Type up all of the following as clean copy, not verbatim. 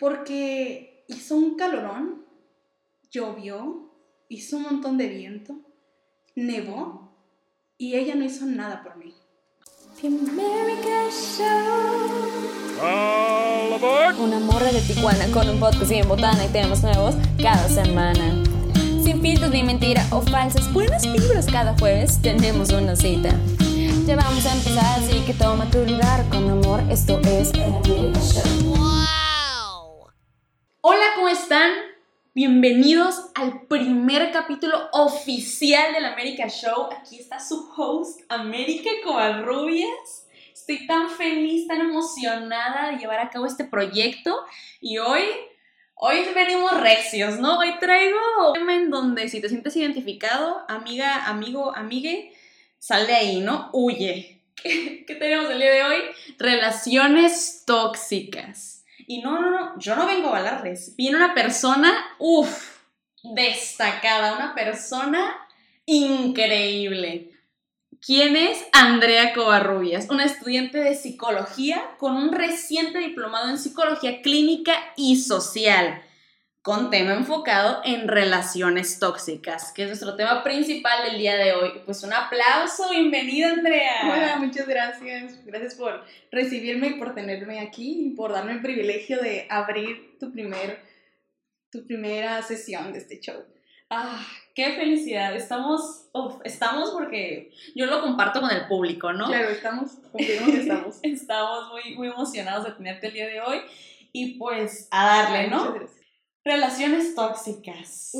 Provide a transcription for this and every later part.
porque hizo un calorón, llovió, hizo un montón de viento, nevó y ella no hizo nada por mí. The America Show. All aboard. Una morra de Tijuana con un podcast bien botana y temas nuevos cada semana. Sin filtros ni mentira o falsas, buenas vibras cada jueves tenemos una cita. Ya vamos a empezar, así que toma tu lugar con amor. Esto es The America Show. ¡Wow! Hola, ¿cómo están? Bienvenidos al primer capítulo oficial del America Show. Aquí está su host, América Covarrubias. Estoy tan feliz, tan emocionada de llevar a cabo este proyecto. Y hoy venimos recios, ¿no? Hoy traigo un tema en donde si te sientes identificado, amiga, amigo, amigue, sal de ahí, ¿no? Huye. ¿Qué tenemos el día de hoy? Relaciones tóxicas. Y no, yo no vengo a hablarles. Viene una persona, destacada, una persona increíble. ¿Quién es? Andrea Covarrubias, una estudiante de psicología con un reciente diplomado en psicología clínica y social, con tema enfocado en relaciones tóxicas, que es nuestro tema principal del día de hoy. Pues un aplauso, bienvenida Andrea. Hola, muchas gracias. Gracias por recibirme y por tenerme aquí y por darme el privilegio de abrir tu primera sesión de este show. Qué felicidad. Estamos porque yo lo comparto con el público, ¿no? Claro, confirmo que estamos. Estamos muy, muy emocionados de tenerte el día de hoy y pues a darle, ¿no? Muchas gracias. Relaciones tóxicas.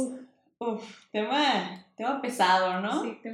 Tema pesado, ¿no? Sí,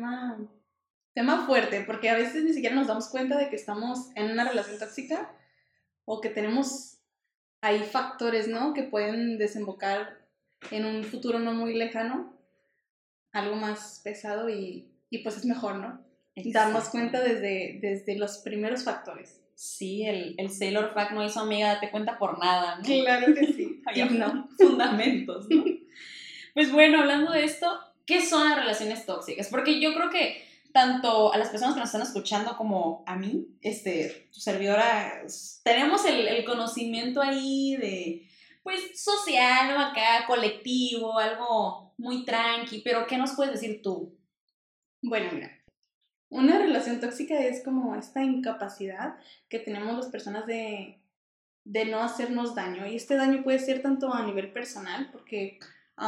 tema fuerte, porque a veces ni siquiera nos damos cuenta de que estamos en una relación tóxica o que tenemos ahí factores, ¿no? Que pueden desembocar en un futuro no muy lejano, algo más pesado y pues es mejor, ¿no? Darnos cuenta desde los primeros factores. Sí, el Sailor Fact no hizo amiga, date cuenta por nada, ¿no? Claro que sí. Había fundamentos, ¿no? Pues bueno, hablando de esto, ¿qué son las relaciones tóxicas? Porque yo creo que tanto a las personas que nos están escuchando como a mí, tu servidora, tenemos el conocimiento ahí de, pues, social, ¿no? Acá, colectivo, algo muy tranqui, pero ¿qué nos puedes decir tú? Bueno, mira, una relación tóxica es como esta incapacidad que tenemos las personas de no hacernos daño. Y este daño puede ser tanto a nivel personal, porque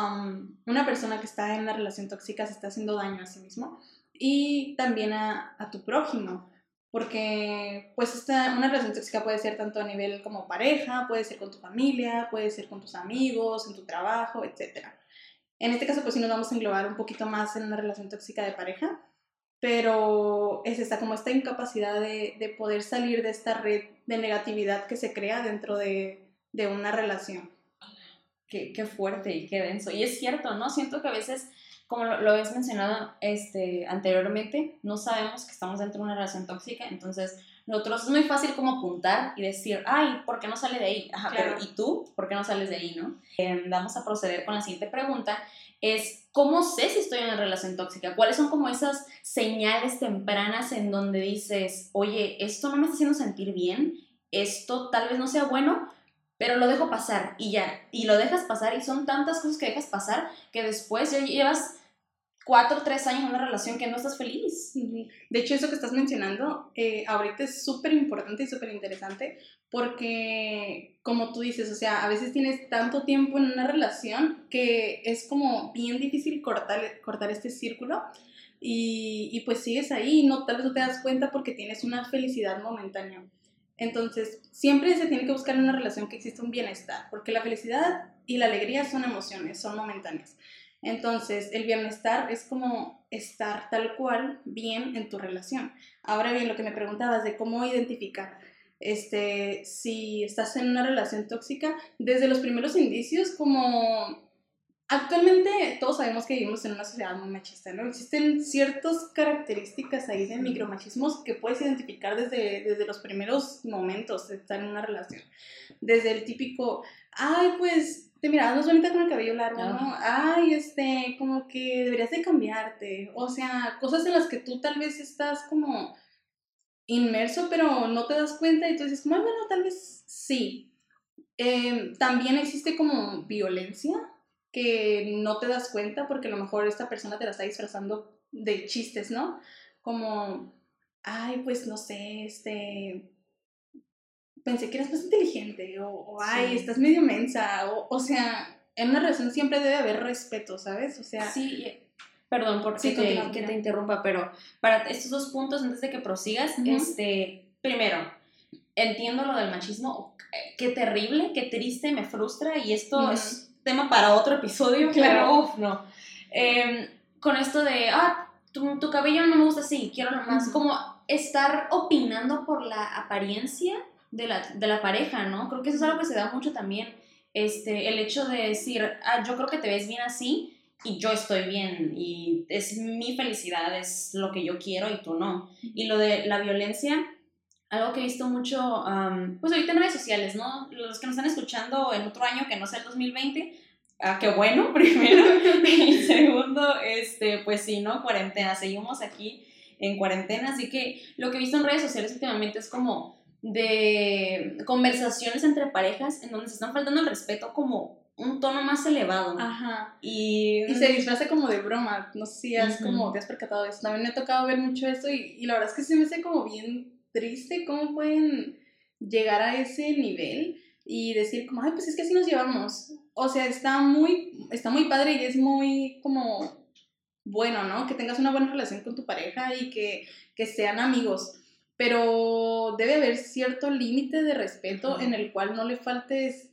una persona que está en una relación tóxica se está haciendo daño a sí mismo, y también a tu prójimo, porque pues una relación tóxica puede ser tanto a nivel como pareja, puede ser con tu familia, puede ser con tus amigos, en tu trabajo, etc. En este caso pues sí nos vamos a englobar un poquito más en una relación tóxica de pareja, pero es como esta incapacidad de poder salir de esta red de negatividad que se crea dentro de una relación. Qué fuerte y qué denso. Y es cierto, ¿no? Siento que a veces, como lo habías mencionado anteriormente, no sabemos que estamos dentro de una relación tóxica, entonces nosotros es muy fácil como apuntar y decir, ay, ¿por qué no sale de ahí? Ajá, claro. Pero ¿y tú? ¿Por qué no sales de ahí, no? Vamos a proceder con la siguiente pregunta, es ¿cómo sé si estoy en una relación tóxica? ¿Cuáles son como esas señales tempranas en donde dices, oye, esto no me está haciendo sentir bien, esto tal vez no sea bueno, pero lo dejo pasar y ya, y lo dejas pasar y son tantas cosas que dejas pasar que después ya llevas 4 o 3 años en una relación que no estás feliz? De hecho, eso que estás mencionando ahorita es súper importante y súper interesante, porque como tú dices, o sea, a veces tienes tanto tiempo en una relación que es como bien difícil cortar este círculo y pues sigues ahí, tal vez no te das cuenta porque tienes una felicidad momentánea. Entonces, siempre se tiene que buscar en una relación que exista un bienestar, porque la felicidad y la alegría son emociones, son momentáneas. Entonces, el bienestar es como estar tal cual bien en tu relación. Ahora bien, lo que me preguntabas de cómo identificar si estás en una relación tóxica, desde los primeros indicios, como actualmente todos sabemos que vivimos en una sociedad muy machista, ¿no? Existen ciertas características ahí de micromachismos que puedes identificar desde los primeros momentos de estar en una relación. Desde el típico, ay, pues te mirabas más bonita con el cabello largo, ¿no? Ay, como que deberías de cambiarte. O sea, cosas en las que tú tal vez estás como inmerso, pero no te das cuenta y tú dices, bueno, tal vez sí. También existe como violencia que no te das cuenta porque a lo mejor esta persona te la está disfrazando de chistes, ¿no? Como, ay, pues no sé, pensé que eras más inteligente, o ay, estás medio mensa, o sea, en una relación siempre debe haber respeto, ¿sabes? O sea... Sí, perdón Sí, que te interrumpa, pero para estos 2 puntos, antes de que prosigas, primero, entiendo lo del machismo, qué terrible, qué triste, me frustra, y esto es tema para otro episodio, claro. Pero no. Con esto de, tu cabello no me gusta así, quiero nomás, como estar opinando por la apariencia de la pareja, ¿no? Creo que eso es algo que se da mucho también, el hecho de decir, yo creo que te ves bien así, y yo estoy bien, y es mi felicidad, es lo que yo quiero y tú no. Y lo de la violencia, algo que he visto mucho, pues ahorita en redes sociales, ¿no? Los que nos están escuchando en otro año que no sea el 2020, qué bueno, primero. Y segundo, pues sí, ¿no? Cuarentena, seguimos aquí en cuarentena, así que lo que he visto en redes sociales últimamente es como de conversaciones entre parejas en donde se están faltando el respeto como un tono más elevado. Ajá. Y se disfraza como de broma, no sé si como te has percatado de eso. También me ha tocado ver mucho esto y la verdad es que se me hace como bien triste cómo pueden llegar a ese nivel y decir como, ay, pues es que así nos llevamos. O sea, está muy padre y es muy como bueno, ¿no? Que tengas una buena relación con tu pareja y que sean amigos. Pero debe haber cierto límite de respeto en el cual no le faltes,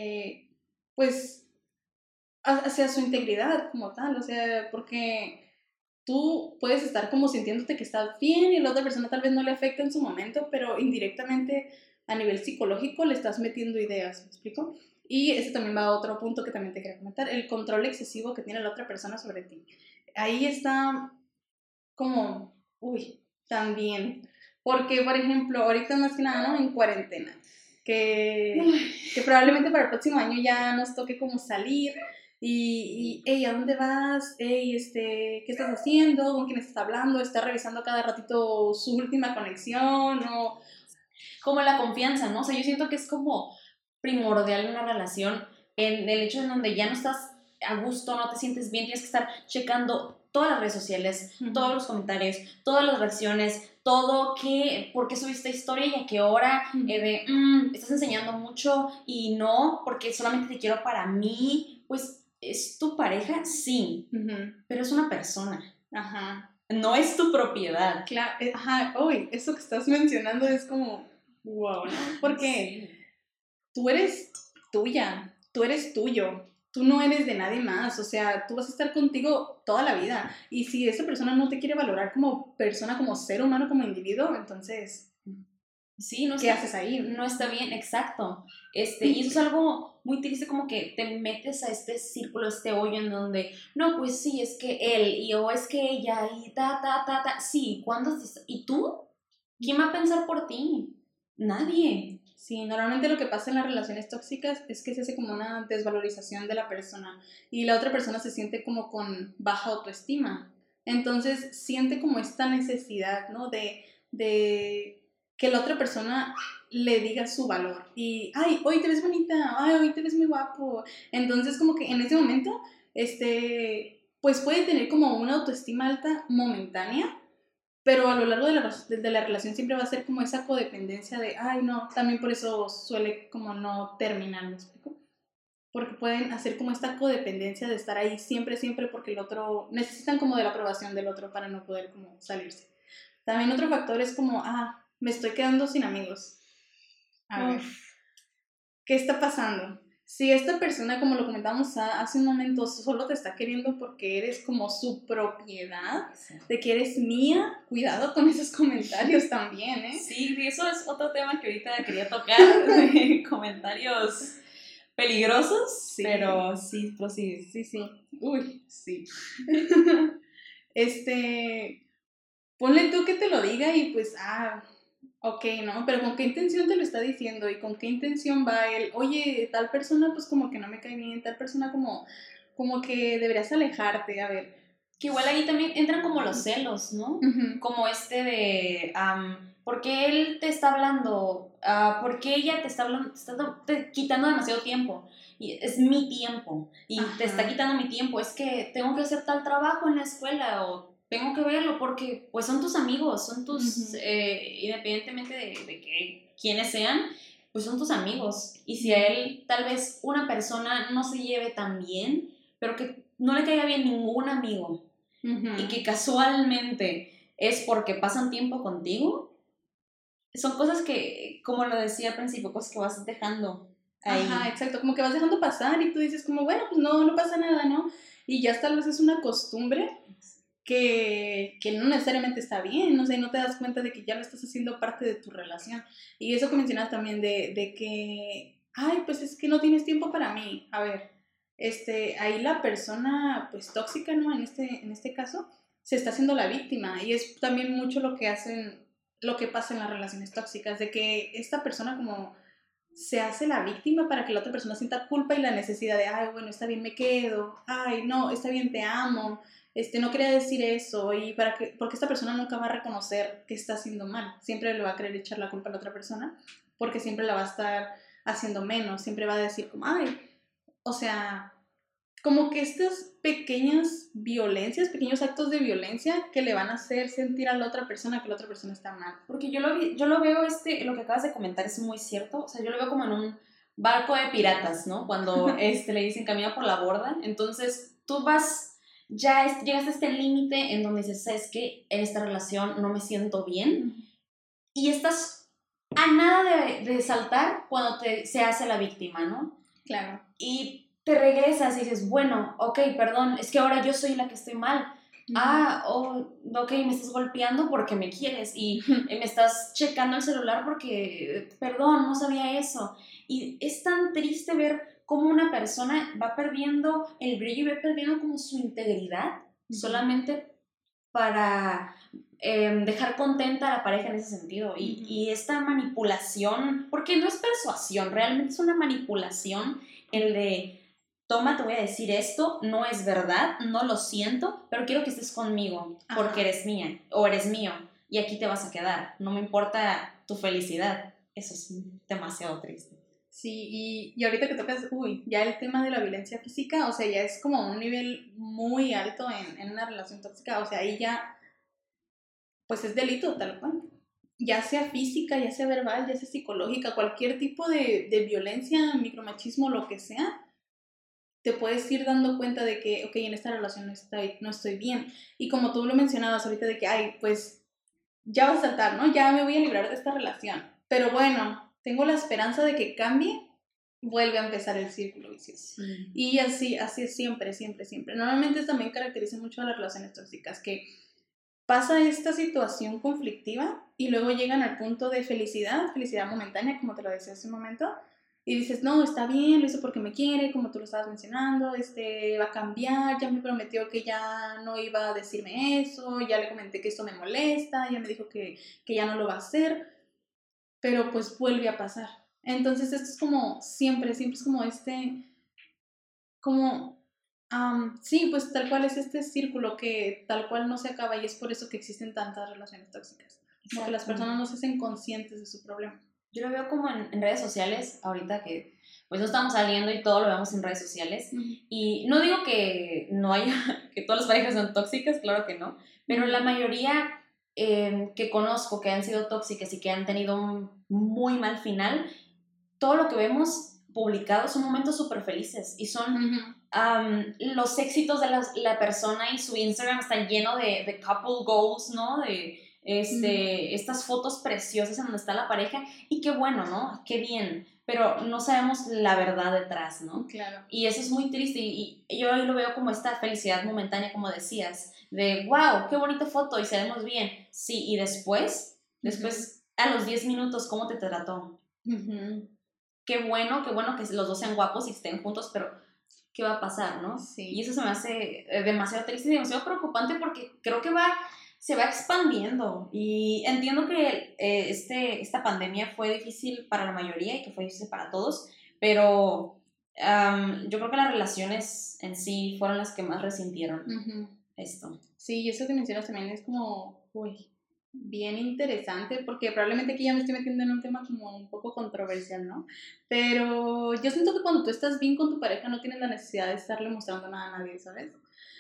pues, hacia su integridad como tal. O sea, porque tú puedes estar como sintiéndote que estás bien y la otra persona tal vez no le afecta en su momento, pero indirectamente a nivel psicológico le estás metiendo ideas, ¿me explico? Y ese también va a otro punto que también te quería comentar, el control excesivo que tiene la otra persona sobre ti. Ahí está como, también. Porque, por ejemplo, ahorita más que nada, ¿no? En cuarentena, que probablemente para el próximo año ya nos toque como salir y hey, ¿a dónde vas? Hey, ¿qué estás haciendo? ¿Con quién estás hablando? ¿Estás revisando cada ratito su última conexión? O... Como la confianza, ¿no? O sea, yo siento que es como primordial en una relación, en el hecho en donde ya no estás a gusto, no te sientes bien, tienes que estar checando todas las redes sociales, todos los comentarios, todas las reacciones, todo, por qué subiste historia y a qué hora, estás enseñando mucho y no, porque solamente te quiero para mí. Pues, ¿es tu pareja? Sí, pero es una persona. Ajá. No es tu propiedad. Claro, eso que estás mencionando es como, wow, ¿no? Porque tú eres tuya, tú eres tuyo, tú no eres de nadie más, o sea, tú vas a estar contigo toda la vida. Y si esa persona no te quiere valorar como persona, como ser humano, como individuo, entonces... Sí, ¿qué haces ahí? No está bien, exacto. Y eso es algo muy triste, como que te metes a este círculo, este hoyo en donde, no, pues sí, es que él, o es que ella, y sí, ¿cuándo? ¿Y tú? ¿Quién va a pensar por ti? Nadie. Sí, normalmente lo que pasa en las relaciones tóxicas es que se hace como una desvalorización de la persona y la otra persona se siente como con baja autoestima. Entonces siente como esta necesidad, ¿no? De que la otra persona le diga su valor y, ay, hoy te ves bonita, ay, hoy te ves muy guapo. Entonces como que en ese momento, pues puede tener como una autoestima alta momentánea, pero a lo largo de la relación siempre va a ser como esa codependencia de, ay, no, también por eso suele como no terminar, ¿me explico? Porque pueden hacer como esta codependencia de estar ahí siempre, siempre, porque el otro, necesitan como de la aprobación del otro para no poder como salirse. También otro factor es como, me estoy quedando sin amigos. A ver, ¿qué está pasando? Si esta persona, como lo comentamos hace un momento, solo te está queriendo porque eres como su propiedad, de que eres mía, cuidado con esos comentarios también, ¿eh? Sí, eso es otro tema que ahorita quería tocar, comentarios peligrosos, sí. Pero sí, prosigue. Sí. Sí. Ponle tú que te lo diga y pues, ok, ¿no? Pero ¿con qué intención te lo está diciendo? ¿Y con qué intención va él? Oye, tal persona pues como que no me cae bien, tal persona como que deberías alejarte, a ver. Que igual ahí también entran como los celos, ¿no? Como de, porque él te está hablando ¿por qué ella te está hablando, quitando demasiado tiempo? Y es mi tiempo, y te está quitando mi tiempo, es que tengo que hacer tal trabajo en la escuela, o tengo que verlo, porque pues son tus amigos, son tus, independientemente de que quienes sean, pues son tus amigos, y si a él tal vez una persona no se lleve tan bien, pero que no le caiga bien ningún amigo, y que casualmente es porque pasan tiempo contigo, son cosas que, como lo decía al principio, cosas que vas dejando ahí. Ajá, exacto, como que vas dejando pasar y tú dices como, bueno, pues no pasa nada, ¿no? Y ya tal vez es una costumbre que no necesariamente está bien, no sé, no te das cuenta de que ya lo estás haciendo parte de tu relación. Y eso que mencionas también de que, ay, pues es que no tienes tiempo para mí. A ver, ahí la persona, pues tóxica, ¿no? En este caso, se está haciendo la víctima. Y es también mucho lo que pasa en las relaciones tóxicas, de que esta persona como se hace la víctima para que la otra persona sienta culpa y la necesidad de, ay, bueno, está bien, me quedo, ay, no, está bien, te amo, no quería decir eso, y porque esta persona nunca va a reconocer que está haciendo mal, siempre le va a querer echar la culpa a la otra persona, porque siempre la va a estar haciendo menos, siempre va a decir como, ay, o sea, como que estas pequeñas violencias, pequeños actos de violencia que le van a hacer sentir a la otra persona que la otra persona está mal. Porque yo lo veo, lo que acabas de comentar es muy cierto, o sea, yo lo veo como en un barco de piratas, ¿no? Cuando le dicen camina por la borda, entonces tú llegas a este límite en donde dices, ¿sabes qué? En esta relación no me siento bien, y estás a nada de saltar cuando se hace la víctima, ¿no? Claro. Y te regresas y dices, bueno, ok, perdón, es que ahora yo soy la que estoy mal. Ok, me estás golpeando porque me quieres y me estás checando el celular porque, perdón, no sabía eso. Y es tan triste ver cómo una persona va perdiendo el brillo y va perdiendo como su integridad solamente para dejar contenta a la pareja en ese sentido. Y esta manipulación, porque no es persuasión, realmente es una manipulación el de... Toma, te voy a decir esto, no es verdad, no lo siento, pero quiero que estés conmigo porque eres mía o eres mío y aquí te vas a quedar. No me importa tu felicidad. Eso es demasiado triste. Sí, y ahorita que tocas, ya el tema de la violencia física, o sea, ya es como un nivel muy alto en una relación tóxica, o sea, ahí ya, pues es delito tal cual. Ya sea física, ya sea verbal, ya sea psicológica, cualquier tipo de violencia, micromachismo, lo que sea, te puedes ir dando cuenta de que, ok, en esta relación no estoy bien. Y como tú lo mencionabas ahorita de que, ay, pues ya va a saltar, ¿no? Ya me voy a librar de esta relación. Pero bueno, tengo la esperanza de que cambie, vuelve a empezar el círculo vicioso. Sí. Y así es siempre, siempre, siempre. Normalmente también caracteriza mucho a las relaciones tóxicas, que pasa esta situación conflictiva y luego llegan al punto de felicidad momentánea, como te lo decía hace un momento, y dices, no, está bien, lo hizo porque me quiere, como tú lo estabas mencionando, va a cambiar, ya me prometió que ya no iba a decirme eso, ya le comenté que esto me molesta, ya me dijo que ya no lo va a hacer, pero pues vuelve a pasar. Entonces esto es como siempre es como sí, pues tal cual es este círculo que tal cual no se acaba y es por eso que existen tantas relaciones tóxicas, porque las personas no se hacen conscientes de su problema. Yo lo veo como en redes sociales, ahorita que pues no estamos saliendo y todo lo vemos en redes sociales. Y no digo que no haya, que todas las parejas son tóxicas, claro que no, pero la mayoría que conozco que han sido tóxicas y que han tenido un muy mal final, todo lo que vemos publicado son momentos súper felices y son los éxitos de la persona, y su Instagram está lleno de couple goals, ¿no? De estas fotos preciosas en donde está la pareja, y qué bueno, ¿no? Qué bien, pero no sabemos la verdad detrás, ¿no? Claro. Y eso es muy triste, y yo lo veo como esta felicidad momentánea, como decías, de wow, qué bonita foto y se vemos bien, sí, y después a los 10 minutos, ¿cómo te trató? Qué bueno que los dos sean guapos y estén juntos, pero ¿qué va a pasar, no? Sí. Y eso se me hace demasiado triste y demasiado preocupante, porque creo que se va expandiendo, y entiendo que esta pandemia fue difícil para la mayoría y que fue difícil para todos, pero yo creo que las relaciones en sí fueron las que más resintieron esto. Sí, y eso que mencionas también es como, bien interesante, porque probablemente aquí ya me estoy metiendo en un tema como un poco controversial, ¿no? Pero yo siento que cuando tú estás bien con tu pareja no tienes la necesidad de estarle mostrando nada a nadie, ¿sabes?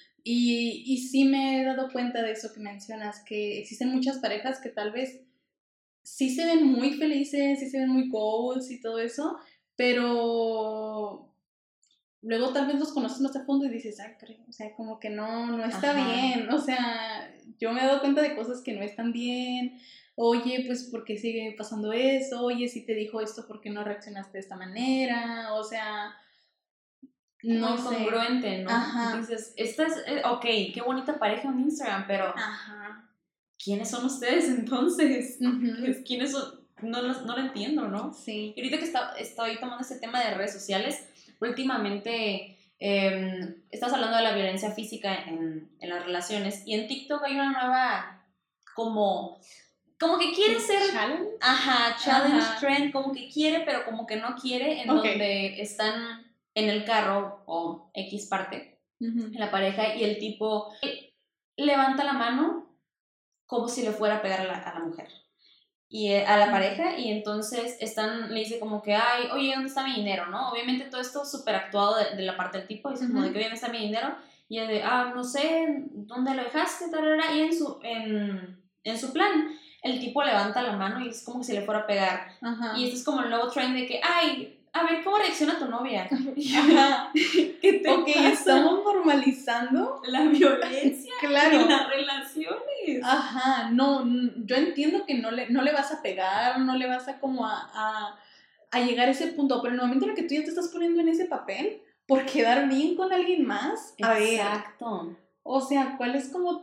Y sí me he dado cuenta de eso que mencionas, que existen muchas parejas que tal vez sí se ven muy felices, sí se ven muy goals y todo eso, pero luego tal vez los conoces más a fondo y dices, ay, creo, o sea, como que no está bien, o sea, yo me he dado cuenta de cosas que no están bien, oye, pues, ¿por qué sigue pasando eso? Oye, si te dijo esto, ¿por qué no reaccionaste de esta manera? O sea, Como no sé. incongruente, ¿no? Ajá. Dices, esta es, ok, qué bonita pareja en Instagram, pero Ajá. ¿quiénes son ustedes entonces? Ujú. ¿Quiénes son? No lo entiendo, ¿no? Sí. Y ahorita que estoy tomando este tema de redes sociales, últimamente estás hablando de la violencia física en las relaciones y en TikTok hay una nueva como que quiere ser ¿Challenge? challenge Ajá. trend, como que quiere pero como que no quiere, en Ok. donde están en el carro o X parte Ujú. en la pareja y el tipo levanta la mano como si le fuera a pegar a la mujer y a la pareja, y entonces le dice como que, ay, oye, ¿dónde está mi dinero? ¿No? Obviamente todo esto súper actuado de la parte del tipo, dice como de que, oye, ¿dónde está mi dinero? Y ella de, no sé, ¿dónde lo dejaste? Tarara, y en su plan, el tipo levanta la mano y es como si le fuera a pegar. Ajá. Y este es como el nuevo trend de que, ay, a ver, ¿cómo reacciona tu novia? Ajá. ¿Qué te pasa? Estamos normalizando La violencia claro. en las relaciones. Ajá, no, yo entiendo que no le vas a pegar, no le vas a como a llegar a ese punto, pero en el momento en el que tú ya te estás poniendo en ese papel por quedar bien con alguien más, a ver, Exacto. o sea, ¿cuál es como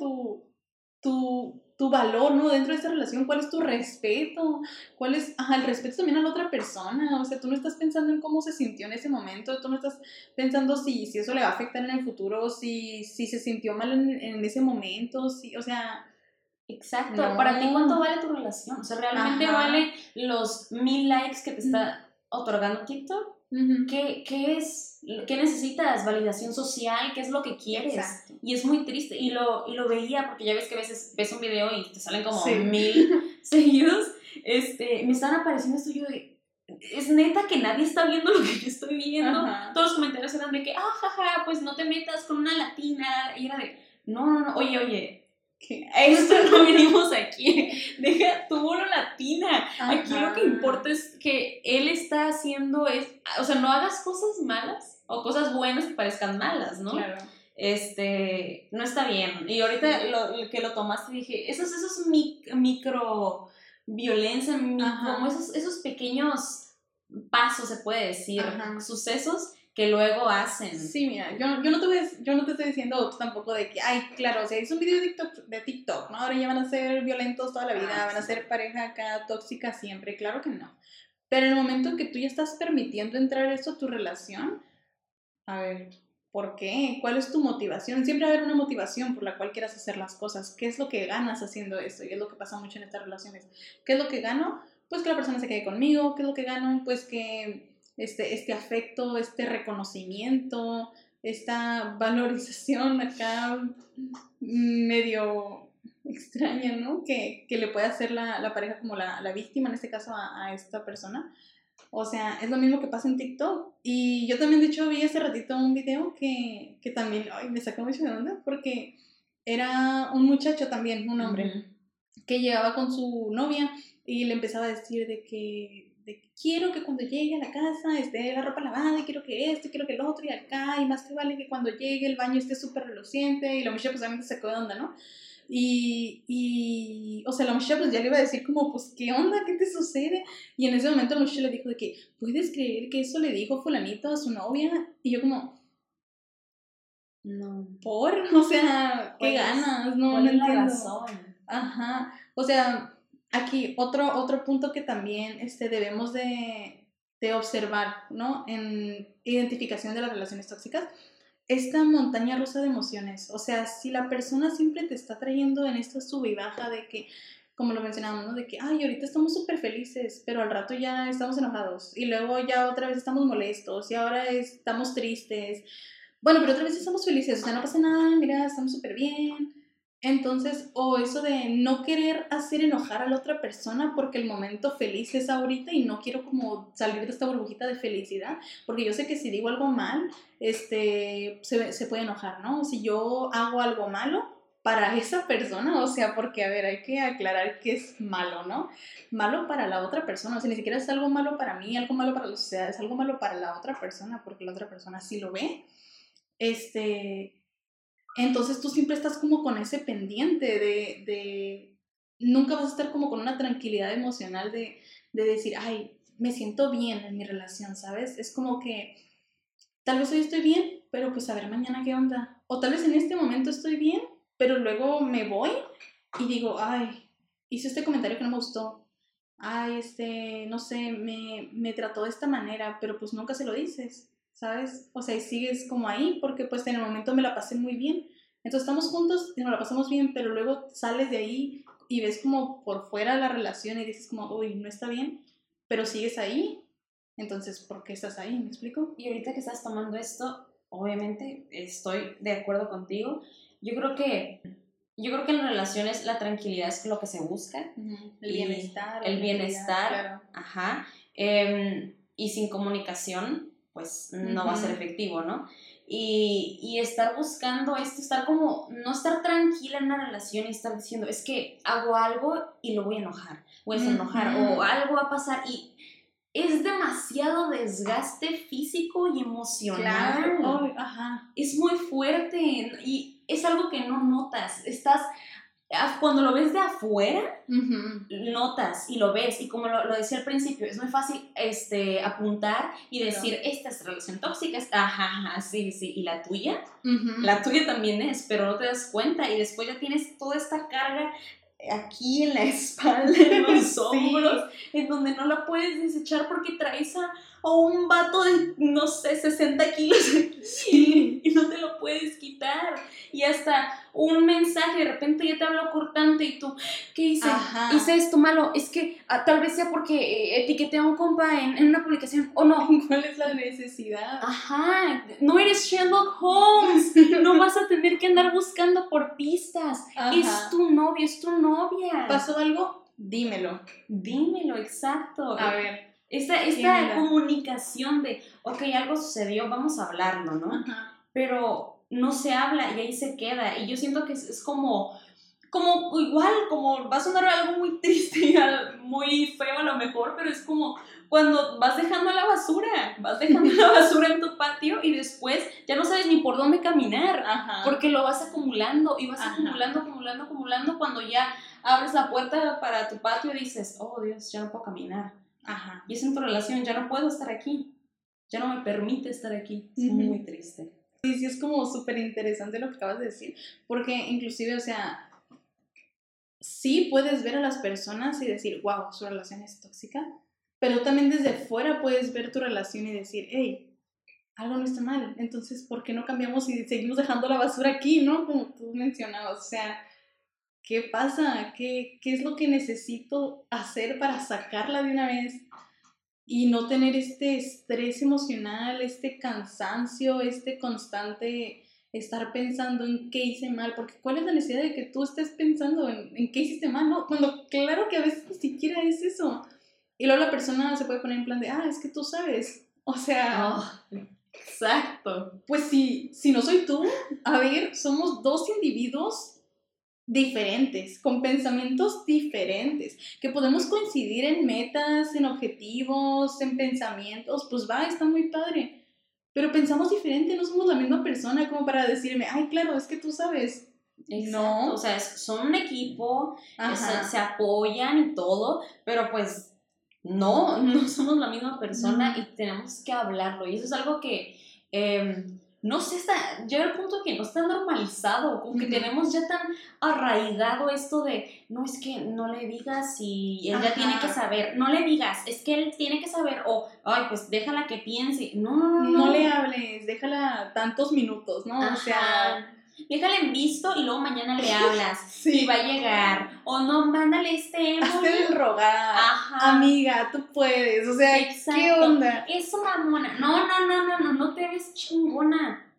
tu valor, ¿no? Dentro de esta relación, ¿cuál es tu respeto? ¿Cuál es, el respeto también a la otra persona? O sea, tú no estás pensando en cómo se sintió en ese momento, tú no estás pensando si eso le va a afectar en el futuro, si se sintió mal en ese momento, o sea... Exacto. No. ¿Para ti cuánto vale tu relación? O sea, ¿realmente Ajá. vale los 1000 likes que te está otorgando TikTok? Ujú. ¿Qué es? ¿Qué necesitas? ¿Validación social? ¿Qué es lo que quieres? Exacto. Y es muy triste. Y lo veía, porque ya ves que a veces ves un video y te salen como Sí. 1000 seguidos. Me están apareciendo esto yo de... Es neta que nadie está viendo lo que yo estoy viendo. Ajá. Todos los comentarios eran de que, jaja, pues no te metas con una latina. Y era de, no, oye, ¿Qué? esto no venimos aquí, deja tú lo latina. Ajá. Aquí lo que importa es que él está haciendo o sea, no hagas cosas malas o cosas buenas que parezcan malas, ¿no? Claro. No está bien. Y ahorita lo que lo tomaste dije, eso es micro violencia, como esos pequeños pasos, se puede decir, sucesos que luego hacen. Sí, mira, yo no te estoy diciendo tú tampoco de que, ay, claro, o sea, es un video de TikTok, ¿no? Ahora ya van a ser violentos toda la vida, van a ser pareja acá tóxica siempre, claro que no. Pero en el momento en que tú ya estás permitiendo entrar eso a tu relación, a ver, ¿por qué? ¿Cuál es tu motivación? Siempre va a haber una motivación por la cual quieras hacer las cosas. ¿Qué es lo que ganas haciendo esto? Y es lo que pasa mucho en estas relaciones. ¿Qué es lo que gano? Pues que la persona se quede conmigo. ¿Qué es lo que gano? Pues que este afecto, este reconocimiento, esta valorización acá medio extraña, ¿no? Que le puede hacer la pareja como la víctima, en este caso a esta persona. O sea, es lo mismo que pasa en TikTok. Y yo también, de hecho, vi hace ratito un video que también me sacó mucho de onda porque era un muchacho también, un hombre, que llegaba con su novia y le empezaba a decir de que quiero que cuando llegue a la casa esté la ropa lavada y quiero que esto, y quiero que el otro y acá, y más te vale que cuando llegue el baño esté súper reluciente. Y la muchacha pues obviamente se sacó de onda, ¿no? O sea, la muchacha pues ya le iba a decir como, pues, ¿qué onda? ¿Qué te sucede? Y en ese momento la muchacha le dijo de que, ¿puedes creer que eso le dijo fulanito a su novia? Y yo como, no. O sea, ¿qué ganas? No entiendo. La razón? Ajá. O sea, aquí otro punto que también debemos de observar, ¿no? En identificación de las relaciones tóxicas, esta montaña rusa de emociones. O sea, si la persona siempre te está trayendo en esta sub y baja de que, como lo mencionamos, ¿no? De que, ay, ahorita estamos súper felices, pero al rato ya estamos enojados. Y luego ya otra vez estamos molestos. Y ahora estamos tristes. Bueno, pero otra vez estamos felices. O sea, no pasa nada, mira, estamos súper bien. Entonces, o eso de no querer hacer enojar a la otra persona porque el momento feliz es ahorita y no quiero como salir de esta burbujita de felicidad, porque yo sé que si digo algo mal, se puede enojar, ¿no? Si yo hago algo malo para esa persona, o sea, porque, a ver, hay que aclarar que es malo, ¿no? Malo para la otra persona, o sea, ni siquiera es algo malo para mí, algo malo para la sociedad, es algo malo para la otra persona, porque la otra persona sí lo ve, entonces tú siempre estás como con ese pendiente nunca vas a estar como con una tranquilidad emocional de decir, ay, me siento bien en mi relación, ¿sabes? Es como que tal vez hoy estoy bien, pero pues a ver mañana qué onda. O tal vez en este momento estoy bien, pero luego me voy y digo, ay, hice este comentario que no me gustó. Ay, no sé, me trató de esta manera, pero pues nunca se lo dices, ¿sabes? O sea, y sigues como ahí porque pues en el momento me la pasé muy bien. Entonces estamos juntos y nos la pasamos bien, pero luego sales de ahí y ves como por fuera la relación y dices como, uy, no está bien, pero sigues ahí. Entonces, ¿por qué estás ahí? ¿Me explico? Y ahorita que estás tomando esto, obviamente estoy de acuerdo contigo. Yo creo que en relaciones la tranquilidad es lo que se busca. El bienestar. El bienestar, claro. ajá. Y sin comunicación, pues no va a ser efectivo, ¿no? Y estar buscando esto, no estar tranquila en una relación y estar diciendo, es que hago algo y lo voy a enojar, voy a hacer enojar, o algo va a pasar y es demasiado desgaste físico y emocional. Claro, ajá. Es muy fuerte y es algo que no notas. Cuando lo ves de afuera, notas y lo ves. Y como lo decía al principio, es muy fácil apuntar y decir, esta es relación tóxica. Ajá, sí. ¿Y la tuya? La tuya también es, pero no te das cuenta. Y después ya tienes toda esta carga aquí en la espalda, en los hombros, en donde no la puedes desechar porque traes a un vato de, no sé, 60 kilos aquí y no te lo puedes quitar. Y hasta un mensaje, de repente ya te habló cortante y tú, ¿qué hice? Ajá. Hice esto malo. Es que tal vez sea porque etiqueté a un compa en una publicación, o no. ¿Cuál es la necesidad? Ajá, no eres Sherlock Holmes, no vas a tener que andar buscando por pistas. Ajá. Es tu novio, es tu novia. ¿Pasó algo? Dímelo. Dímelo, exacto. A ver. Esta comunicación de, ok, algo sucedió, vamos a hablarlo, ¿no? Ajá. Pero no se habla y ahí se queda. Y yo siento que es como igual, como va a sonar algo muy triste, muy feo a lo mejor, pero es como cuando vas dejando la basura en tu patio y después ya no sabes ni por dónde caminar. Ajá. Porque lo vas acumulando y vas acumulando cuando ya abres la puerta para tu patio y dices, oh Dios, ya no puedo caminar. Ajá. Y es en tu relación, ya no puedo estar aquí, ya no me permite estar aquí. Es muy triste. Sí, es como súper interesante lo que acabas de decir, porque inclusive, o sea, sí puedes ver a las personas y decir, wow, su relación es tóxica, pero también desde fuera puedes ver tu relación y decir, hey, algo no está mal, entonces, ¿por qué no cambiamos y seguimos dejando la basura aquí, no? Como tú mencionabas, o sea, ¿qué pasa? ¿Qué es lo que necesito hacer para sacarla de una vez? Y no tener este estrés emocional, este cansancio, este constante estar pensando en qué hice mal, porque ¿cuál es la necesidad de que tú estés pensando en qué hiciste mal? No, cuando claro que a veces ni siquiera es eso. Y luego la persona se puede poner en plan de, es que tú sabes, o sea... Exacto. Pues si no soy tú, a ver, somos dos individuos diferentes, con pensamientos diferentes, que podemos coincidir en metas, en objetivos, en pensamientos, pues está muy padre, pero pensamos diferente, no somos la misma persona como para decirme, ay, claro, es que tú sabes. Exacto. No. O sea, son un equipo, se apoyan y todo, pero pues no somos la misma persona y tenemos que hablarlo, y eso es algo que no sé, llega al punto que no está normalizado, como que tenemos ya tan arraigado esto de, no, es que no le digas y él ya tiene que saber, no le digas, es que él tiene que saber, o, ay, pues déjala que piense, no le hables, déjala tantos minutos, ¿no? O sea... Déjala en visto y luego mañana le hablas sí. Y va a llegar. O no, mándale hazte el rogar. Ajá. Amiga, tú puedes. O sea, exacto. ¿Qué onda? Eso, mamona. No te ves chingona.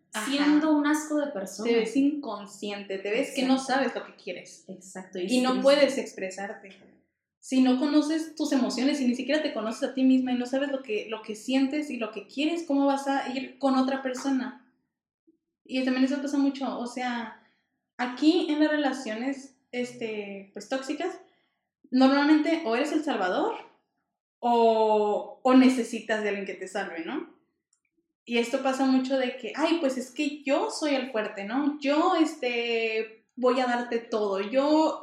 siendo un asco de persona. Te ves inconsciente, te ves que no sabes lo que quieres. Exacto. Y no puedes expresarte. Si no conoces tus emociones y ni siquiera te conoces a ti misma y no sabes lo que sientes y lo que quieres, ¿cómo vas a ir con otra persona? Y también eso pasa mucho, o sea, aquí en las relaciones pues tóxicas, normalmente o eres el salvador o necesitas de alguien que te salve, ¿no? Y esto pasa mucho de que, ay, pues es que yo soy el fuerte, ¿no? Yo voy a darte todo, yo...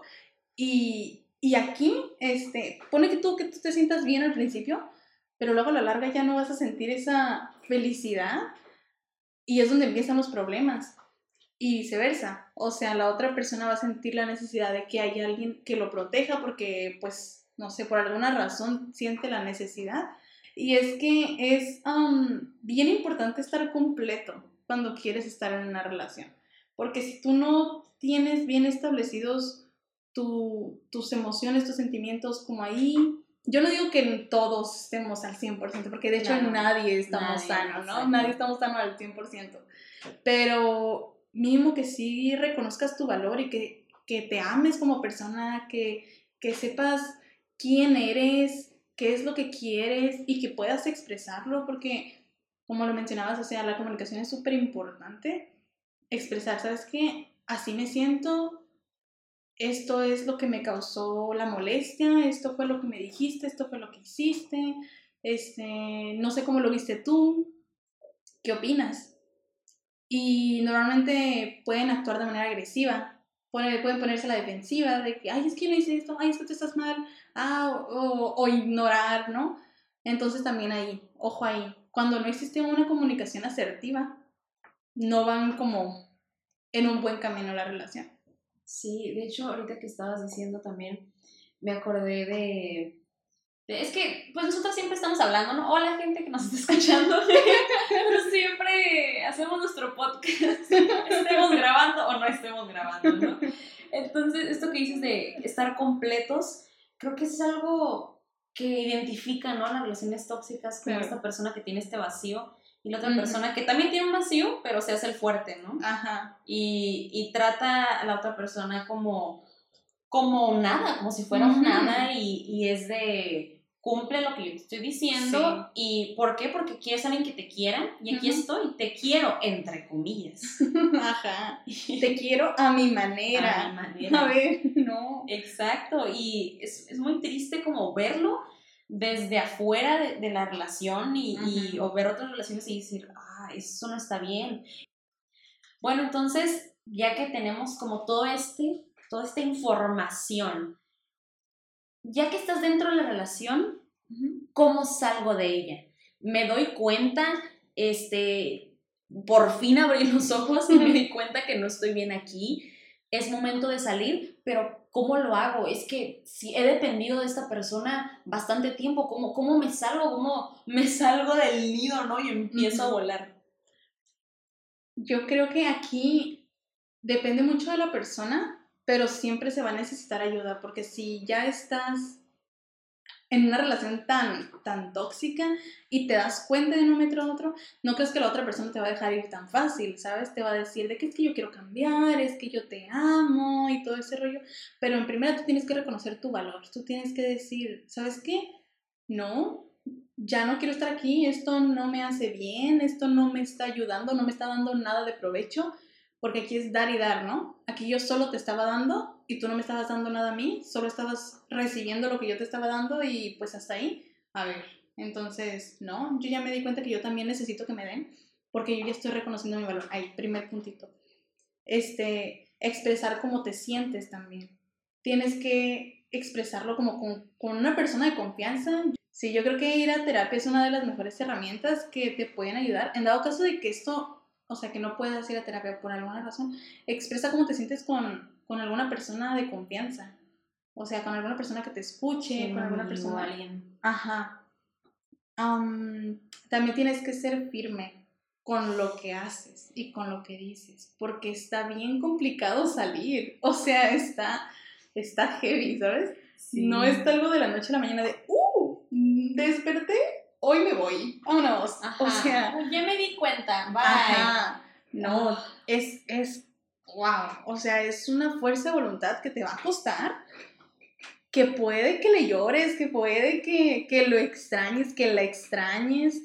Y aquí, pone que tú te sientas bien al principio, pero luego a la larga ya no vas a sentir esa felicidad y es donde empiezan los problemas. Y viceversa, o sea, la otra persona va a sentir la necesidad de que haya alguien que lo proteja porque, pues, no sé, por alguna razón siente la necesidad. Y es que es bien importante estar completo cuando quieres estar en una relación, porque si tú no tienes bien establecidos tus emociones, tus sentimientos como ahí, yo no digo que todos estemos al 100%, porque de hecho nadie estamos sanos, ¿no? Nadie estamos sanos al 100%, pero mínimo que sí reconozcas tu valor y que te ames como persona, que sepas quién eres, qué es lo que quieres y que puedas expresarlo, porque como lo mencionabas, o sea, la comunicación es súper importante. Expresar, ¿sabes qué? Así me siento, esto es lo que me causó la molestia, esto fue lo que me dijiste, esto fue lo que hiciste, no sé cómo lo viste tú, ¿qué opinas? Y normalmente pueden actuar de manera agresiva, pueden ponerse a la defensiva de que, ay, es que yo no hice esto, ay, es que tú estás mal, o ignorar, ¿no? Entonces también ahí, ojo ahí, cuando no existe una comunicación asertiva, no van como en un buen camino la relación. Sí, de hecho, ahorita que estabas diciendo también, me acordé de es que, pues nosotros siempre estamos hablando, ¿no? Hola, gente que nos está escuchando. Pero siempre hacemos nuestro podcast, estemos grabando o no estemos grabando, ¿no? Entonces, esto que dices de estar completos, creo que es algo que identifica, ¿no? Las relaciones tóxicas, como esta persona que tiene este vacío y la otra persona que también tiene un vacío, pero se hace el fuerte, ¿no? Ajá. Y trata a la otra persona como nada, como si fuera un nada y es de cumple lo que yo te estoy diciendo. ¿Y por qué? Porque quieres a alguien que te quiera y aquí estoy, te quiero entre comillas. Ajá. Te quiero a mi manera. A mi manera. A ver, no. Exacto, y es muy triste como verlo desde afuera de la relación y o ver otras relaciones y decir, eso no está bien. Bueno, entonces, ya que tenemos como toda esta información, ya que estás dentro de la relación, ¿cómo salgo de ella? Me doy cuenta, por fin abrí los ojos y me di cuenta que no estoy bien aquí, es momento de salir, pero ¿cómo lo hago? Es que si he dependido de esta persona bastante tiempo, ¿cómo me salgo? ¿Cómo me salgo del nido, no? Y empiezo a volar. Yo creo que aquí depende mucho de la persona, pero siempre se va a necesitar ayuda, porque si ya estás en una relación tan tóxica y te das cuenta de un momento a otro, no crees que la otra persona te va a dejar ir tan fácil, ¿sabes? Te va a decir de que es que yo quiero cambiar, es que yo te amo y todo ese rollo, pero en primera tú tienes que reconocer tu valor, tú tienes que decir, ¿sabes qué? No, ya no quiero estar aquí, esto no me hace bien, esto no me está ayudando, no me está dando nada de provecho, porque aquí es dar y dar, ¿no? Aquí yo solo te estaba dando y tú no me estabas dando nada a mí, solo estabas recibiendo lo que yo te estaba dando y pues hasta ahí. A ver, entonces, no, yo ya me di cuenta que yo también necesito que me den, porque yo ya estoy reconociendo mi valor. Ahí, primer puntito. Expresar cómo te sientes también. Tienes que expresarlo como con una persona de confianza. Sí, yo creo que ir a terapia es una de las mejores herramientas que te pueden ayudar. En dado caso de que esto, o sea, que no puedas ir a terapia por alguna razón, expresa cómo te sientes con alguna persona de confianza. O sea, con alguna persona que te escuche, con alguna persona... alguien. Ajá. También tienes que ser firme con lo que haces y con lo que dices, porque está bien complicado salir. O sea, está heavy, ¿sabes? Sí. No es algo de la noche a la mañana de, desperté, hoy me voy, vámonos. Ajá. O sea, ya me di cuenta, bye. Ajá. No, wow, o sea, es una fuerza de voluntad que te va a costar, que puede que le llores, que puede que lo extrañes, que la extrañes,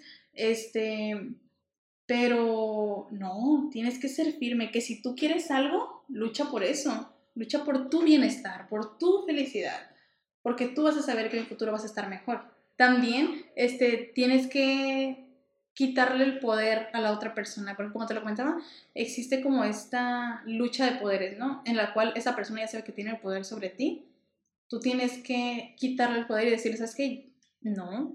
pero no, tienes que ser firme, que si tú quieres algo, lucha por eso, lucha por tu bienestar, por tu felicidad, porque tú vas a saber que en el futuro vas a estar mejor. También, tienes que quitarle el poder a la otra persona, porque como te lo comentaba, existe como esta lucha de poderes, ¿no? En la cual esa persona ya sabe que tiene el poder sobre ti. Tú tienes que quitarle el poder y decirle, ¿sabes qué? No,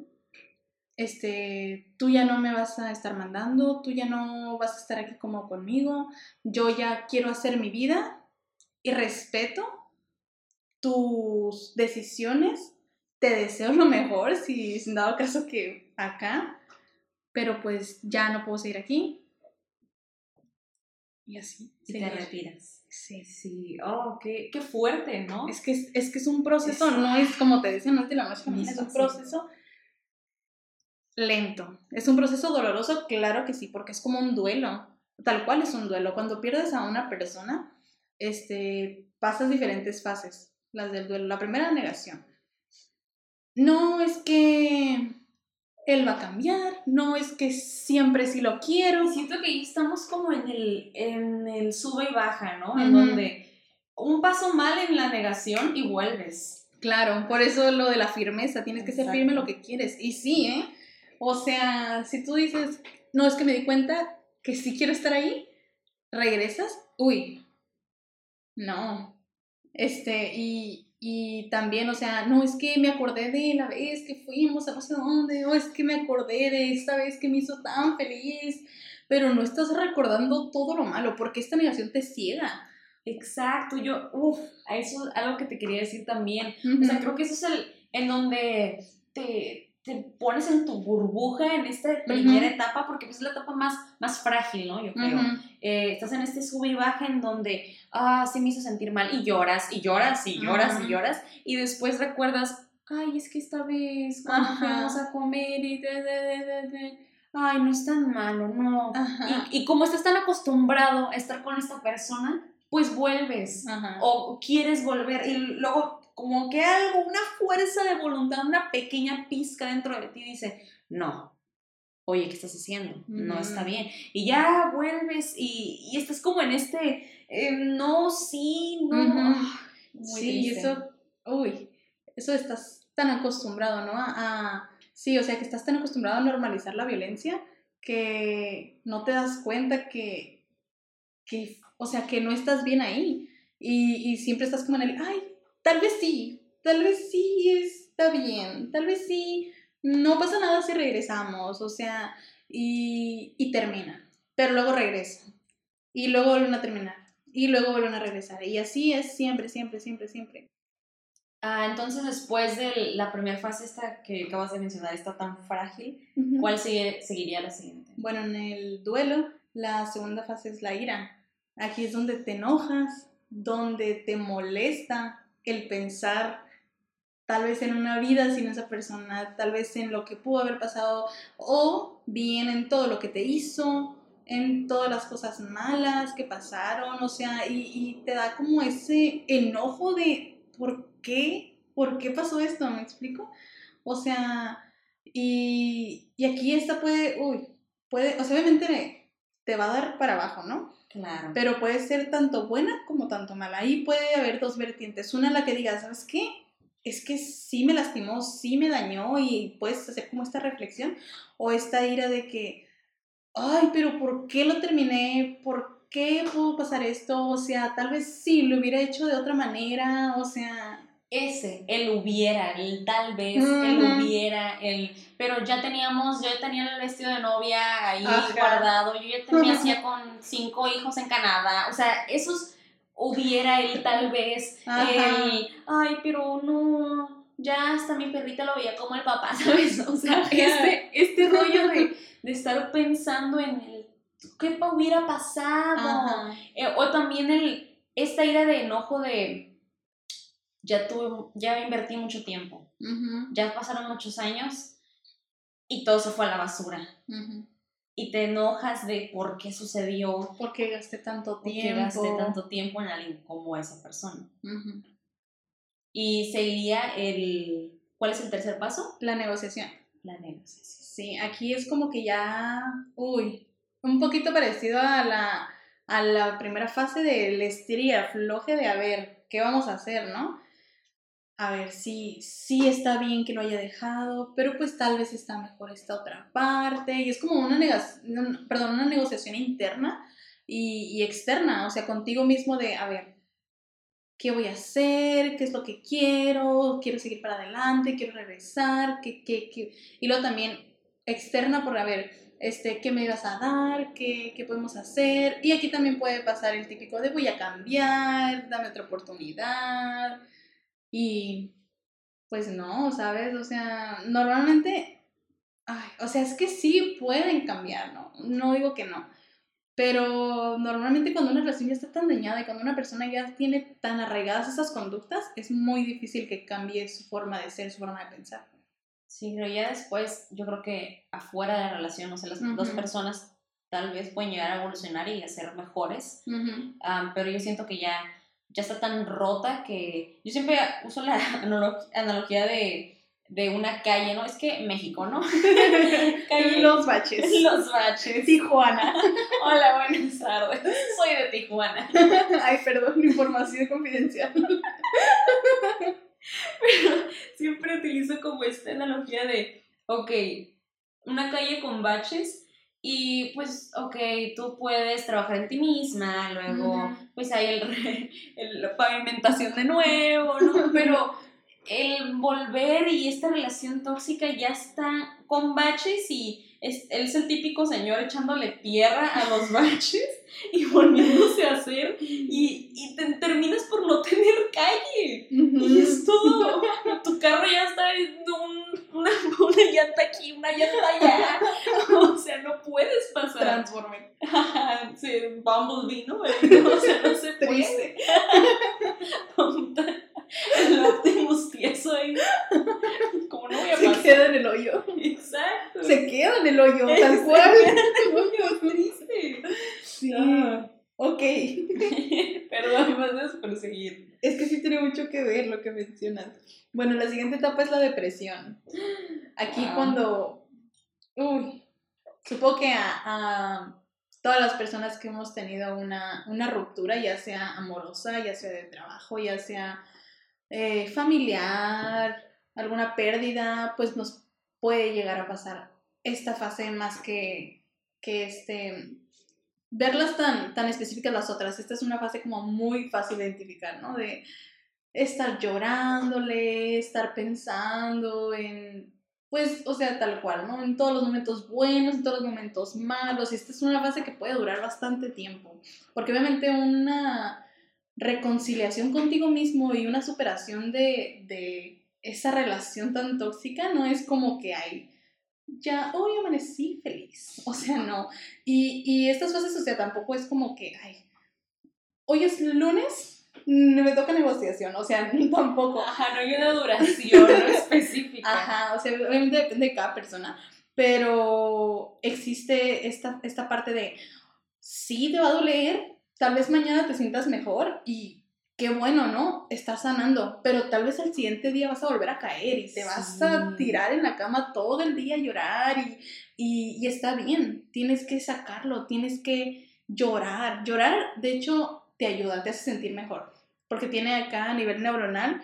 tú ya no me vas a estar mandando, tú ya no vas a estar aquí como conmigo, yo ya quiero hacer mi vida y respeto tus decisiones, te deseo lo mejor, si en dado caso que acá, pero pues ya no puedo seguir aquí. Y así. Y te retiras. Sí. Sí. Oh, qué fuerte, ¿no? Es que es un proceso, no es como te decía, no es de la noche a la mañana, es un proceso lento. Es un proceso doloroso, claro que sí, porque es como un duelo. Tal cual es un duelo. Cuando pierdes a una persona, pasas diferentes fases, las del duelo. La primera, negación. No es que él va a cambiar, no es que siempre sí lo quiero. Siento que ahí estamos como en el sube y baja, ¿no? En donde un paso mal en la negación y vuelves. Claro, por eso lo de la firmeza, tienes que ser firme en lo que quieres. Y sí, o sea, si tú dices, no, es que me di cuenta que sí quiero estar ahí, regresas, uy, no. Y también, o sea, no, es que me acordé de la vez que fuimos a no sé dónde, o es que me acordé de esta vez que me hizo tan feliz, pero no estás recordando todo lo malo, porque esta negación te ciega. Exacto, a eso es algo que te quería decir también. O sea, creo que eso es en donde te pones en tu burbuja en esta primera etapa, porque es la etapa más frágil, ¿no? Yo creo. Estás en este sube y baja en donde, sí me hizo sentir mal, y lloras, y lloras, y lloras, y lloras, y después recuerdas, ay, es que esta vez cuando fuimos a comer y ay, no es tan malo, no. Y como estás tan acostumbrado a estar con esta persona, pues vuelves, o quieres volver, y luego como que algo, una fuerza de voluntad, una pequeña pizca dentro de ti dice, no, oye, ¿qué estás haciendo? No está bien. Y ya vuelves y estás como en no, sí, no. Sí, eso estás tan acostumbrado, ¿no? Sí, o sea, que estás tan acostumbrado a normalizar la violencia que no te das cuenta que o sea, que no estás bien ahí. Y siempre estás como en el, ay, tal vez sí está bien, tal vez sí, no pasa nada si regresamos, o sea, y termina, pero luego regresa, y luego vuelven a terminar, y luego vuelven a regresar, y así es siempre, siempre, siempre, siempre. Entonces después de la primera fase esta que acabas de mencionar, está tan frágil, ¿cuál seguiría la siguiente? Bueno, en el duelo, la segunda fase es la ira. Aquí es donde te enojas, donde te molesta el pensar tal vez en una vida sin esa persona, tal vez en lo que pudo haber pasado, o bien en todo lo que te hizo, en todas las cosas malas que pasaron, o sea, y te da como ese enojo de ¿por qué pasó esto? ¿Me explico? O sea, y aquí esta puede, o sea, obviamente te va a dar para abajo, ¿no? Claro. Pero puede ser tanto buena como tanto mala. Ahí puede haber dos vertientes. Una en la que digas, ¿sabes qué? Es que sí me lastimó, sí me dañó, y puedes hacer como esta reflexión, o esta ira de que, ay, pero ¿por qué lo terminé? ¿Por qué pudo pasar esto? O sea, tal vez sí lo hubiera hecho de otra manera, o sea... el hubiera, el tal vez, el hubiera, pero yo ya tenía el vestido de novia ahí guardado, yo ya me hacía con 5 hijos en Canadá, o sea, esos hubiera, el tal vez, ay, pero no, ya hasta mi perrita lo veía como el papá, ¿sabes? O sea, este rollo de estar pensando en ¿qué hubiera pasado? O también esta ira de enojo de ya invertí mucho tiempo, ya pasaron muchos años y todo se fue a la basura. y te enojas de por qué sucedió, ¿Por qué gasté tanto por qué tiempo? gasté tanto tiempo en alguien como esa persona. Ujú. Y seguiría ¿cuál es el tercer paso? La negociación. La negociación. Sí, aquí es como que ya, un poquito parecido a la primera fase del estira y afloje de a ver, ¿qué vamos a hacer, no? A ver, sí está bien que lo haya dejado, pero pues tal vez está mejor esta otra parte. Y es como una negociación interna y externa, o sea, contigo mismo de, a ver, ¿qué voy a hacer? ¿Qué es lo que quiero? ¿Quiero seguir para adelante? ¿Quiero regresar? Y luego también externa por, a ver, ¿qué me ibas a dar? ¿Qué podemos hacer? Y aquí también puede pasar el típico de voy a cambiar, dame otra oportunidad. Y pues no, ¿sabes? O sea, normalmente, o sea, es que sí pueden cambiar, ¿no? No digo que no. Pero normalmente cuando una relación ya está tan dañada y cuando una persona ya tiene tan arraigadas esas conductas, es muy difícil que cambie su forma de ser, su forma de pensar. Sí, pero ya después yo creo que afuera de la relación, o sea, las dos personas tal vez pueden llegar a evolucionar y a ser mejores, pero yo siento que ya está tan rota que yo siempre uso la analogía de una calle, ¿no? Es que México, ¿no? Calle Los Baches. Los Baches. Tijuana. Hola, buenas tardes. Soy de Tijuana. Ay, perdón, información confidencial. Pero siempre utilizo como esta analogía de, ok, una calle con baches y pues, ok, tú puedes trabajar en ti misma, luego pues hay la pavimentación de nuevo, ¿no? Pero el volver y esta relación tóxica ya está con baches y él es el típico señor echándole tierra a los baches y volviéndose a hacer y terminas por no tener calle y es todo, tu carro ya está una llanta aquí, una llanta allá, o sea, no puedes pasar. Transformer. Sí, Bumblebee, ¿no? O sea, no se puede. El Optimus tieso ahí. Como no voy a pasar. Se queda en el hoyo. Exacto. Se queda en el hoyo, tal cual. Muy triste. Sí. Ok. Perdón, más gracias por seguir. Es que sí tiene mucho que ver lo que mencionas. Bueno, la siguiente etapa es la depresión. Aquí cuando... supongo que a todas las personas que hemos tenido una ruptura, ya sea amorosa, ya sea de trabajo, ya sea familiar, alguna pérdida, pues nos puede llegar a pasar esta fase más que verlas tan específicas las otras. Esta es una fase como muy fácil de identificar, ¿no? De estar llorándole, estar pensando en, pues, o sea, tal cual, ¿no? En todos los momentos buenos, en todos los momentos malos. Y esta es una fase que puede durar bastante tiempo. Porque obviamente una reconciliación contigo mismo y una superación de esa relación tan tóxica no es como que hay ya hoy amanecí feliz, o sea, no. Y estas fases, o sea, tampoco es como que hoy es lunes, me toca negociación, o sea, tampoco. Ajá, no hay una duración específica. Ajá, o sea, obviamente depende de cada persona, pero existe esta parte de sí te va a doler, tal vez mañana te sientas mejor y qué bueno, ¿no? Estás sanando, pero tal vez al siguiente día vas a volver a caer y te vas a tirar en la cama todo el día a llorar y está bien, tienes que sacarlo, tienes que llorar. Llorar, de hecho, te ayuda, te hace sentir mejor, porque tiene acá a nivel neuronal,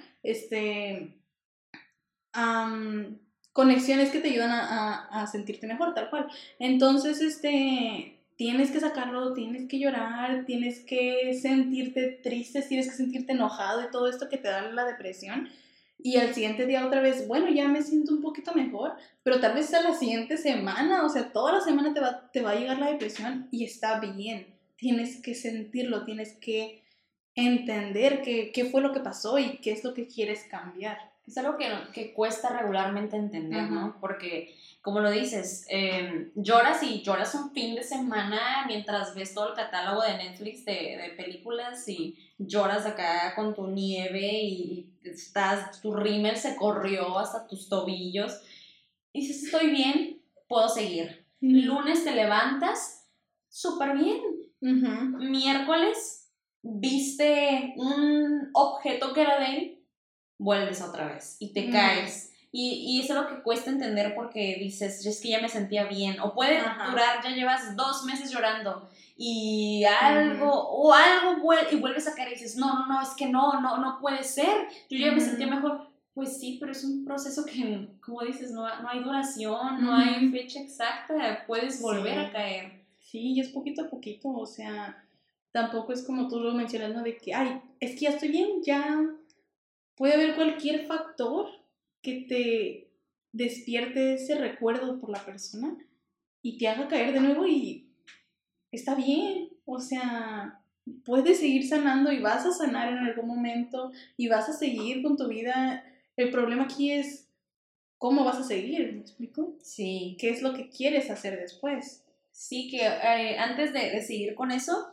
conexiones que te ayudan a sentirte mejor, tal cual. Entonces, tienes que sacarlo, tienes que llorar, tienes que sentirte triste, tienes que sentirte enojado y todo esto que te da la depresión. Y al siguiente día otra vez, bueno, ya me siento un poquito mejor, pero tal vez a la siguiente semana, o sea, toda la semana te va a llegar la depresión y está bien. Tienes que sentirlo, tienes que entender qué fue lo que pasó y qué es lo que quieres cambiar. Es algo que cuesta regularmente entender, ¿no? Porque, como lo dices, lloras un fin de semana mientras ves todo el catálogo de Netflix de películas y lloras acá con tu nieve y tu rímel se corrió hasta tus tobillos y dices, estoy bien, puedo seguir. Lunes te levantas súper bien. Ujú. Miércoles viste un objeto que era de él, vuelves otra vez y te caes. Y eso es lo que cuesta entender porque dices, es que ya me sentía bien. O puede durar, ya llevas 2 meses llorando y algo, y vuelves a caer y dices, no, es que no puede ser. Yo ya me sentía mejor. Pues sí, pero es un proceso que, como dices, no hay duración, no hay fecha exacta, puedes volver a caer. Sí, y es poquito a poquito, o sea, tampoco es como tú lo mencionas, ¿no? De que, ay, es que ya estoy bien, ya puede haber cualquier factor que te despierte ese recuerdo por la persona y te haga caer de nuevo y está bien, o sea, puedes seguir sanando y vas a sanar en algún momento y vas a seguir con tu vida. El problema aquí es cómo vas a seguir, ¿me explico? Sí. ¿Qué es lo que quieres hacer después? Sí, que antes de seguir con eso,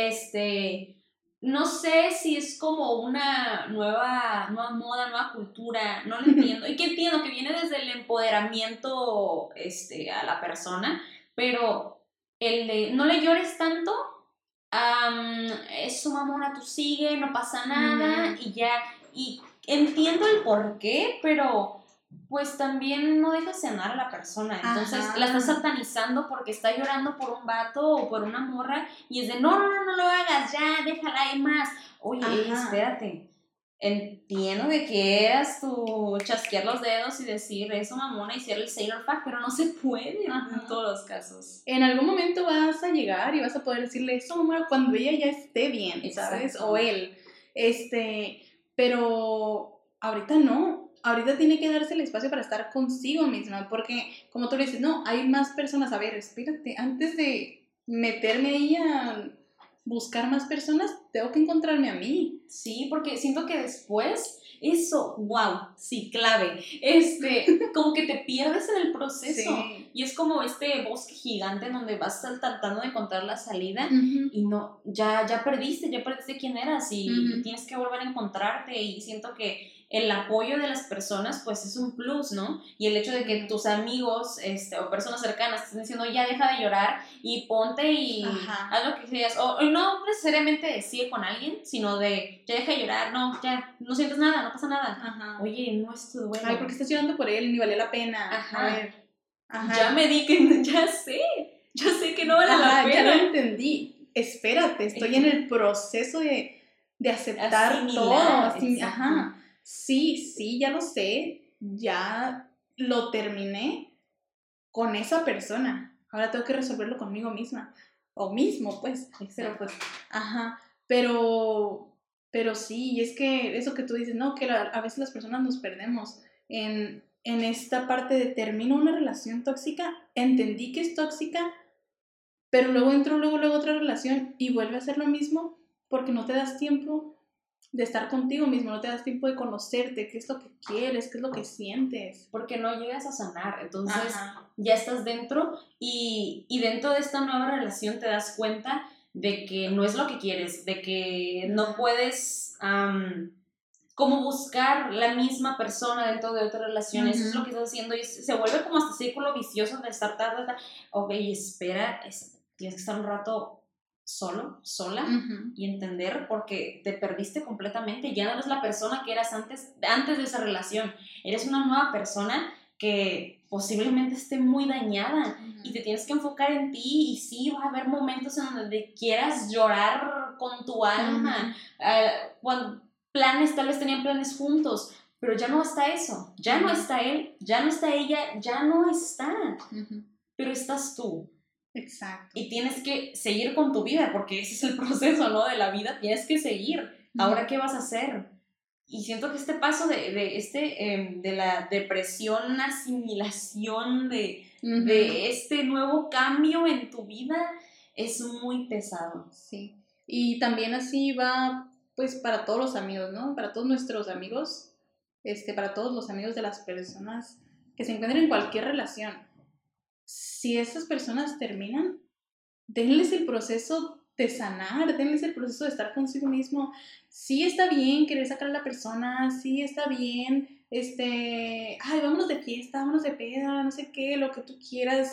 no sé si es como una nueva moda, nueva cultura, no lo entiendo. Y que entiendo que viene desde el empoderamiento a la persona, pero el de no le llores tanto, es su mamona, tú sigue, no pasa nada y ya. Y entiendo el por qué, pero pues también no dejas sanar a la persona. Entonces la estás satanizando porque está llorando por un vato o por una morra y es de no lo hagas, ya, déjala, hay más. Oye, espérate. Entiendo de que eras tú chasquear los dedos y decir eso mamona y ser el Sailor Pack, pero no se puede en todos los casos. En algún momento vas a llegar y vas a poder decirle eso mamona cuando ella ya esté bien, ¿sabes? O él. Pero ahorita no. Ahorita tiene que darse el espacio para estar consigo misma, porque como tú le dices, no, hay más personas. A ver, espérate, antes de meterme ahí a buscar más personas, tengo que encontrarme a mí. Sí, porque siento que después, eso, wow, sí, clave, como que te pierdes en el proceso. Sí. Y es como este bosque gigante en donde vas tratando de encontrar la salida y no, ya perdiste quién eras y tienes que volver a encontrarte y siento que el apoyo de las personas pues es un plus, ¿no? Y el hecho de que tus amigos o personas cercanas te estén diciendo ya deja de llorar y ponte y haz lo que quieras, o no necesariamente sigue con alguien, sino de ya deja de llorar, ya no sientes nada, no pasa nada. Oye, no es tu duelo. Ay, porque estás llorando por él, ni vale la pena. A ver. Ya me di que, ya sé que no vale la pena. Ya lo entendí. Espérate, estoy en el proceso de aceptar todo. Sí, ya lo sé, ya lo terminé con esa persona. Ahora tengo que resolverlo conmigo misma. O mismo, pues. Exacto. Pero sí, y es que eso que tú dices, ¿no? Que a veces las personas nos perdemos en esta parte de termino una relación tóxica, entendí que es tóxica, pero luego entro luego otra relación y vuelve a ser lo mismo porque no te das tiempo de estar contigo mismo, no te das tiempo de conocerte, qué es lo que quieres, qué es lo que sientes. Porque no llegas a sanar, entonces ya estás dentro y dentro de esta nueva relación te das cuenta de que no es lo que quieres, de que no puedes como buscar la misma persona dentro de otra relación, eso es lo que estás haciendo y se vuelve como este círculo vicioso de estar ok, espera, tienes que estar un rato sola y entender porque te perdiste completamente, ya no eres la persona que eras antes de esa relación, eres una nueva persona que posiblemente esté muy dañada y te tienes que enfocar en ti y sí, va a haber momentos en donde quieras llorar con tu alma, cuando tal vez tenían planes juntos, pero ya no está eso, ya no está él, ya no está ella, ya no está, pero estás tú. Exacto. Y tienes que seguir con tu vida, porque ese es el proceso, ¿no? De la vida, tienes que seguir. Ahora, ¿qué vas a hacer? Y siento que este paso de la depresión, asimilación, de este nuevo cambio en tu vida, es muy pesado. Sí. Y también así va, pues, para todos los amigos, ¿no? Para todos nuestros amigos, para todos los amigos de las personas que se encuentran en cualquier relación. Si esas personas terminan, denles el proceso de sanar, denles el proceso de estar consigo mismo. Sí está bien querer sacar a la persona, sí está bien, ay, vámonos de fiesta, vámonos de peda, no sé qué, lo que tú quieras,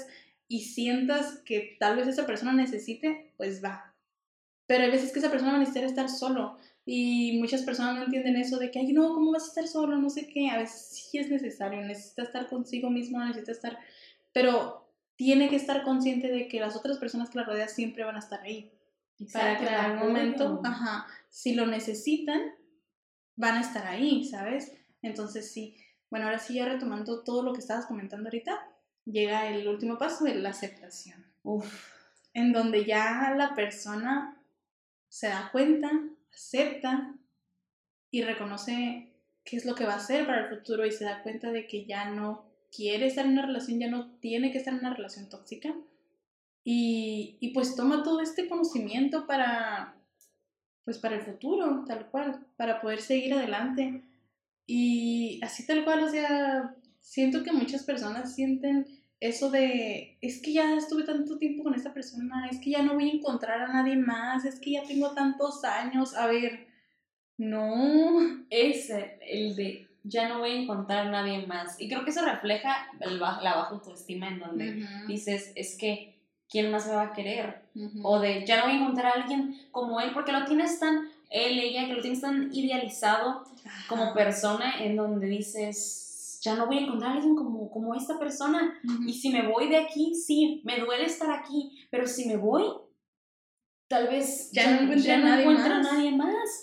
y sientas que tal vez esa persona necesite, pues va. Pero hay veces que esa persona va a necesitar estar solo. Y muchas personas no entienden eso de que, ay, no, ¿cómo vas a estar solo? No sé qué. A veces sí es necesario, necesita estar consigo mismo, necesita estar... Pero tiene que estar consciente de que las otras personas que la rodean siempre van a estar ahí. Para que en algún momento, si lo necesitan, van a estar ahí, ¿sabes? Entonces sí. Bueno, ahora sí, ya retomando todo lo que estabas comentando ahorita, llega el último paso de la aceptación. En donde ya la persona se da cuenta, acepta y reconoce qué es lo que va a hacer para el futuro y se da cuenta de que ya no quiere estar en una relación, ya no tiene que estar en una relación tóxica y pues toma todo este conocimiento para el futuro, tal cual, para poder seguir adelante y así tal cual, o sea, siento que muchas personas sienten eso de, es que ya estuve tanto tiempo con esta persona, es que ya no voy a encontrar a nadie más, es que ya tengo tantos años, a ver, no. Es el de, ya no voy a encontrar a nadie más. Y creo que eso refleja la baja autoestima en donde dices, es que, ¿quién más me va a querer? O de, ya no voy a encontrar a alguien como él, porque lo tienes tan, ella, que lo tienes tan idealizado como persona, en donde dices, ya no voy a encontrar a alguien como esta persona. Y si me voy de aquí, sí, me duele estar aquí, pero si me voy, tal vez ya no encuentre a nadie más.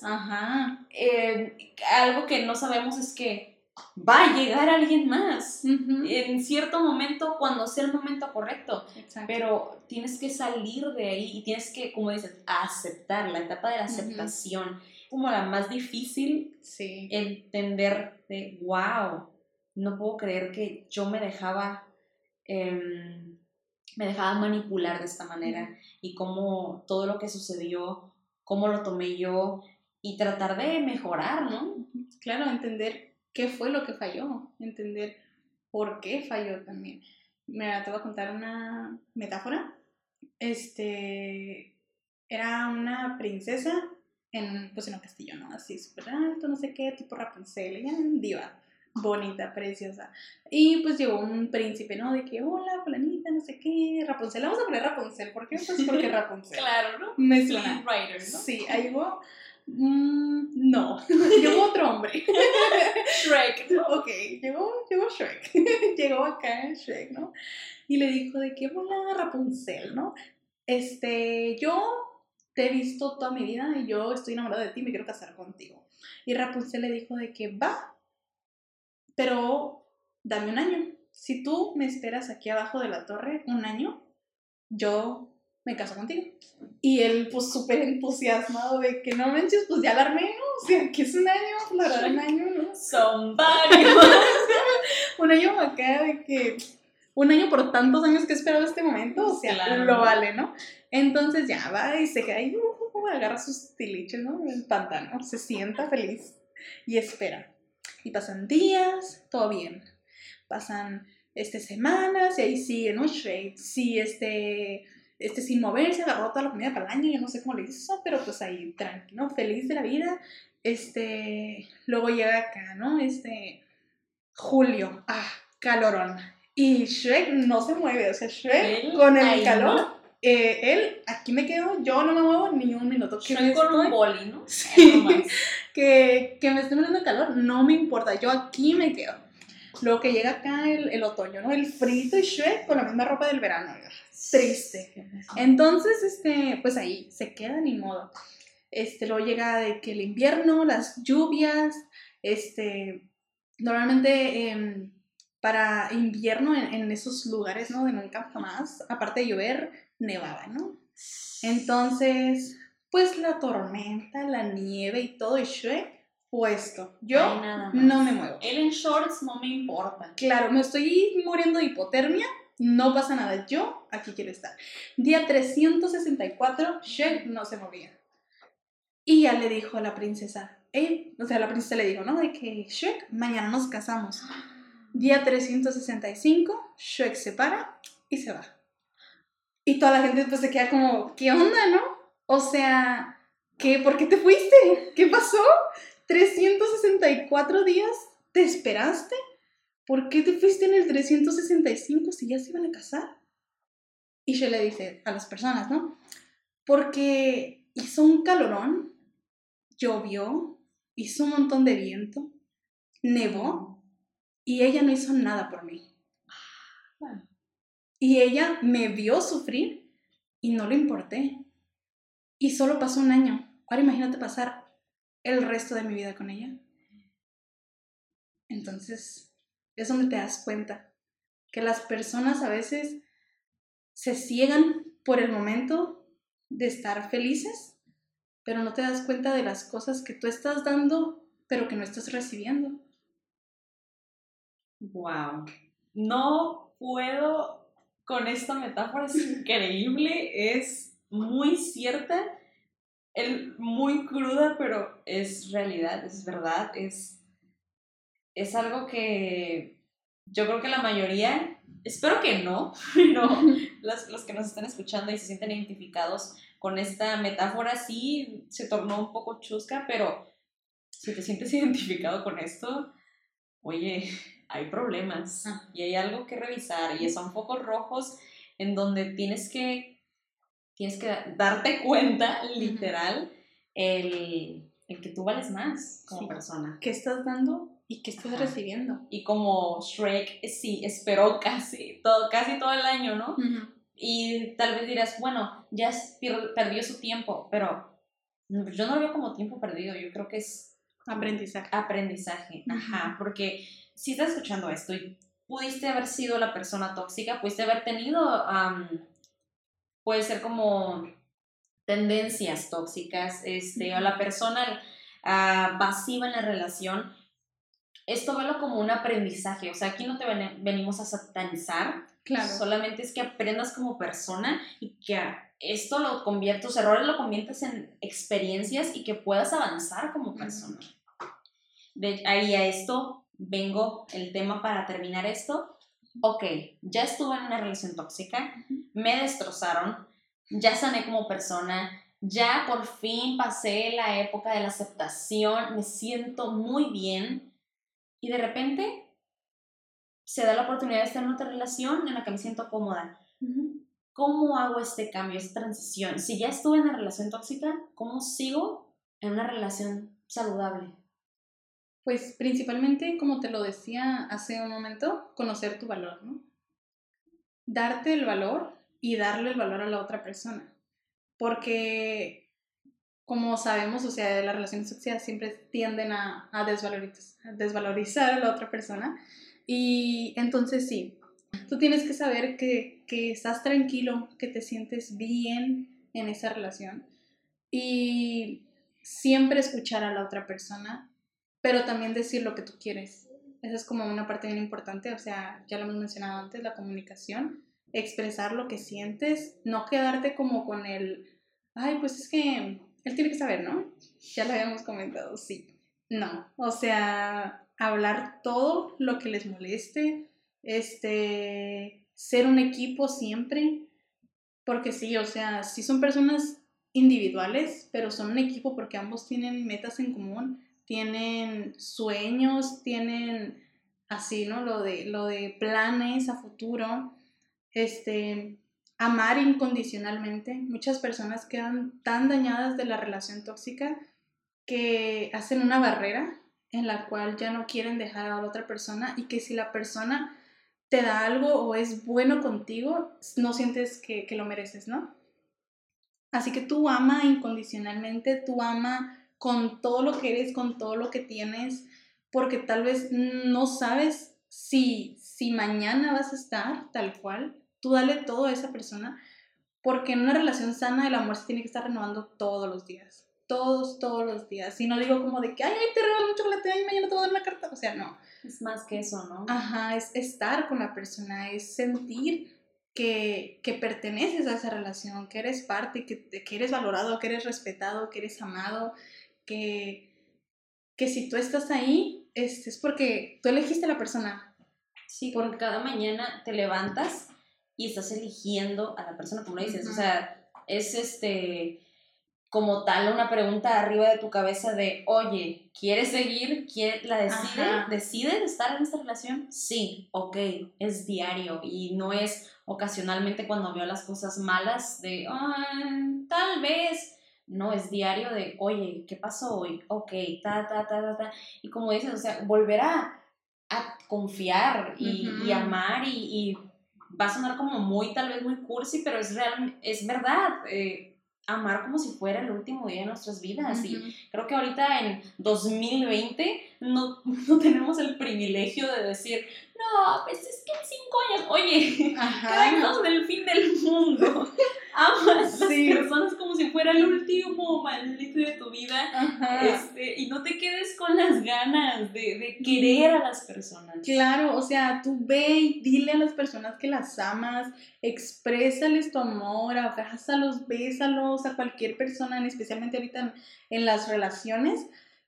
Algo que no sabemos es que va a llegar alguien más en cierto momento, cuando sea el momento correcto. Exacto. Pero tienes que salir de ahí y tienes que, como dices, aceptar. La etapa de la aceptación, como la más difícil. Sí. Entender de, wow, no puedo creer que yo me dejaba manipular de esta manera y cómo todo lo que sucedió, cómo lo tomé yo y tratar de mejorar, ¿no? Claro, entender qué fue lo que falló, entender por qué falló también. Mira, te voy a contar una metáfora. Era una princesa en un castillo, ¿no? Así súper alto, no sé qué, tipo Rapunzel, ella diva. Bonita, preciosa. Y pues llegó un príncipe, ¿no? De que, hola, fulanita, no sé qué, Rapunzel. Vamos a poner Rapunzel. ¿Por qué? Pues porque Rapunzel. Claro, ¿no? Me suena. Writer, ¿no? Sí, ahí llegó. No, llegó otro hombre. Shrek, ¿no? Ok, llegó Shrek. Llegó acá Shrek, ¿no? Y le dijo de que, hola, Rapunzel, ¿no? Yo te he visto toda mi vida y yo estoy enamorada de ti y me quiero casar contigo. Y Rapunzel le dijo de que va, pero dame un año. Si tú me esperas aquí abajo de la torre un año, yo me caso contigo. Y él, pues, súper entusiasmado de que no manches, pues ya la armé, ¿no? O sea, que es un año, la verdad, un año, ¿no? Son varios. Un año acá de que... Un año por tantos años que he esperado este momento, o sea, claro, lo vale, ¿no? Entonces ya va y se queda ahí, agarra sus tiliches, ¿no? En el pantano, se sienta feliz y espera. Y pasan días, todo bien. Pasan semanas y ahí sigue, ¿no? Shrek, sí, sin moverse, agarró toda la comida para el año, yo no sé cómo le hizo, pero pues ahí, tranquilo, feliz de la vida. Luego llega acá, ¿no? Julio, calorón. Y Shrek no se mueve, o sea, Shrek con el calor, ¿no? Él, aquí me quedo, yo no me muevo ni un minuto. Shrek con un boli, ¿no? Sí, que me esté muriendo de calor, no me importa, yo aquí me quedo. Luego que llega acá el otoño, ¿no? El frito y Shrek con la misma ropa del verano, triste. Entonces, pues ahí se queda ni modo. Luego llega de que el invierno, las lluvias, normalmente para invierno en esos lugares, ¿no? De nunca jamás, aparte de llover, nevaba, ¿no? Entonces, pues la tormenta, la nieve y todo, y Shrek puesto. Yo no me muevo. Él en shorts no me importa. Claro, me estoy muriendo de hipotermia, no pasa nada, yo aquí quiero estar. Día 364, Shrek no se movía. Y ya le dijo a la princesa, la princesa le dijo, ¿no? De que Shrek, mañana nos casamos. Día 365, Shrek se para y se va. Y toda la gente pues se queda como, ¿qué onda, no? O sea, ¿por qué te fuiste? ¿Qué pasó? 364 días, ¿te esperaste? ¿Por qué te fuiste en el 365 si ya se iban a casar? Y se le dice a las personas, ¿no? Porque hizo un calorón, llovió, hizo un montón de viento, nevó, y ella no hizo nada por mí. Y ella me vio sufrir y no le importé. Y solo pasó un año. Ahora imagínate pasar el resto de mi vida con ella. Entonces, es donde te das cuenta que las personas a veces se ciegan por el momento de estar felices, pero no te das cuenta de las cosas que tú estás dando, pero que no estás recibiendo. Wow. No puedo con esta metáfora, es increíble, es muy cierta, muy cruda, pero es realidad, es verdad, es algo que yo creo que la mayoría, espero que no, pero los que nos están escuchando y se sienten identificados con esta metáfora, sí se tornó un poco chusca, pero si te sientes identificado con esto, oye, hay problemas y hay algo que revisar y son focos rojos en donde tienes que darte cuenta, literal, el que tú vales más como persona. ¿Qué estás dando y qué estás recibiendo? Y como Shrek, sí, esperó casi todo el año, ¿no? Y tal vez dirás, bueno, ya perdió su tiempo, pero yo no lo veo como tiempo perdido, yo creo que es aprendizaje, porque si estás escuchando esto y pudiste haber sido la persona tóxica, pudiste haber tenido, puede ser como tendencias tóxicas, o la persona pasiva en la relación, esto velo como un aprendizaje, o sea, aquí no te venimos a satanizar, claro. Solamente es que aprendas como persona y que esto tus errores lo conviertes en experiencias y que puedas avanzar como persona. De ahí a esto vengo el tema para terminar esto. Ok, ya estuve en una relación tóxica, me destrozaron, ya sané como persona, ya por fin pasé la época de la aceptación, me siento muy bien y de repente se da la oportunidad de estar en otra relación en la que me siento cómoda. ¿Cómo hago este cambio, esta transición? Si ya estuve en una relación tóxica, ¿cómo sigo en una relación saludable? Pues principalmente, como te lo decía hace un momento, conocer tu valor, ¿no? Darte el valor y darle el valor a la otra persona. Porque, como sabemos, o sea, las relaciones tóxicas siempre tienden a desvalorizar a la otra persona. Y entonces sí, tú tienes que saber que estás tranquilo, que te sientes bien en esa relación y siempre escuchar a la otra persona, pero también decir lo que tú quieres. Esa es como una parte bien importante, o sea, ya lo hemos mencionado antes, la comunicación, expresar lo que sientes, no quedarte como con el, ay, pues es que él tiene que saber, ¿no? Ya lo habíamos comentado, sí. No, o sea, hablar todo lo que les moleste, ser un equipo siempre, porque sí, o sea, sí son personas individuales, pero son un equipo porque ambos tienen metas en común, tienen sueños, tienen así, ¿no? Lo de planes a futuro, amar incondicionalmente. Muchas personas quedan tan dañadas de la relación tóxica que hacen una barrera en la cual ya no quieren dejar a la otra persona y que si la persona te da algo o es bueno contigo, no sientes que lo mereces, ¿no? Así que tú ama incondicionalmente, tú ama con todo lo que eres, con todo lo que tienes, porque tal vez no sabes si mañana vas a estar tal cual. Tú dale todo a esa persona, porque en una relación sana el amor se tiene que estar renovando todos los días. Todos los días. Y no digo como de que, ay, te regalo un chocolate, ay, mañana te voy a dar una carta. O sea, no. Es más que eso, ¿no? Ajá, es estar con la persona, es sentir que perteneces a esa relación, que eres parte, que eres valorado, que eres respetado, que eres amado, que si tú estás ahí, es porque tú elegiste a la persona. Sí, porque cada mañana te levantas y estás eligiendo a la persona, como lo dices. O sea, es como tal una pregunta arriba de tu cabeza de, oye, ¿quieres seguir? ¿Decides estar en esta relación? Sí, ok, es diario y no es ocasionalmente cuando veo las cosas malas de, tal vez, no, es diario de, oye, ¿qué pasó hoy? Ok, y como dices, o sea, volver a confiar y amar y va a sonar como muy, tal vez muy cursi, pero es verdad, amar como si fuera el último día de nuestras vidas. Y creo que ahorita en 2020 no tenemos el privilegio de decir, no, pues es que en 5 años, oye, quedamos del fin del mundo. Amas las personas como si fuera el último maldito de tu vida. Y no te quedes con las ganas de querer a las personas. Claro, o sea, tú ve y dile a las personas que las amas, exprésales tu amor, abrázalos, bésalos a cualquier persona, especialmente ahorita en las relaciones.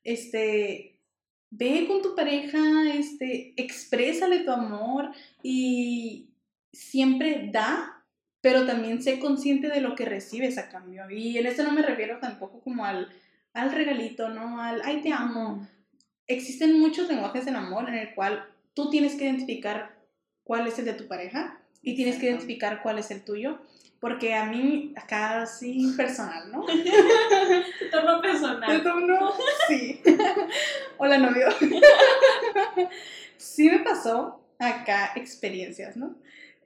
Ve con tu pareja, exprésale tu amor y siempre da, pero también sé consciente de lo que recibes a cambio. Y en esto no me refiero tampoco como al regalito, ¿no? Ay, te amo. Existen muchos lenguajes del amor en el cual tú tienes que identificar cuál es el de tu pareja y tienes que identificar cuál es el tuyo. Porque a mí, acá sí personal, ¿no? Se tornó personal. Se tornó, sí. Hola, novio. Sí me pasó acá experiencias, ¿no?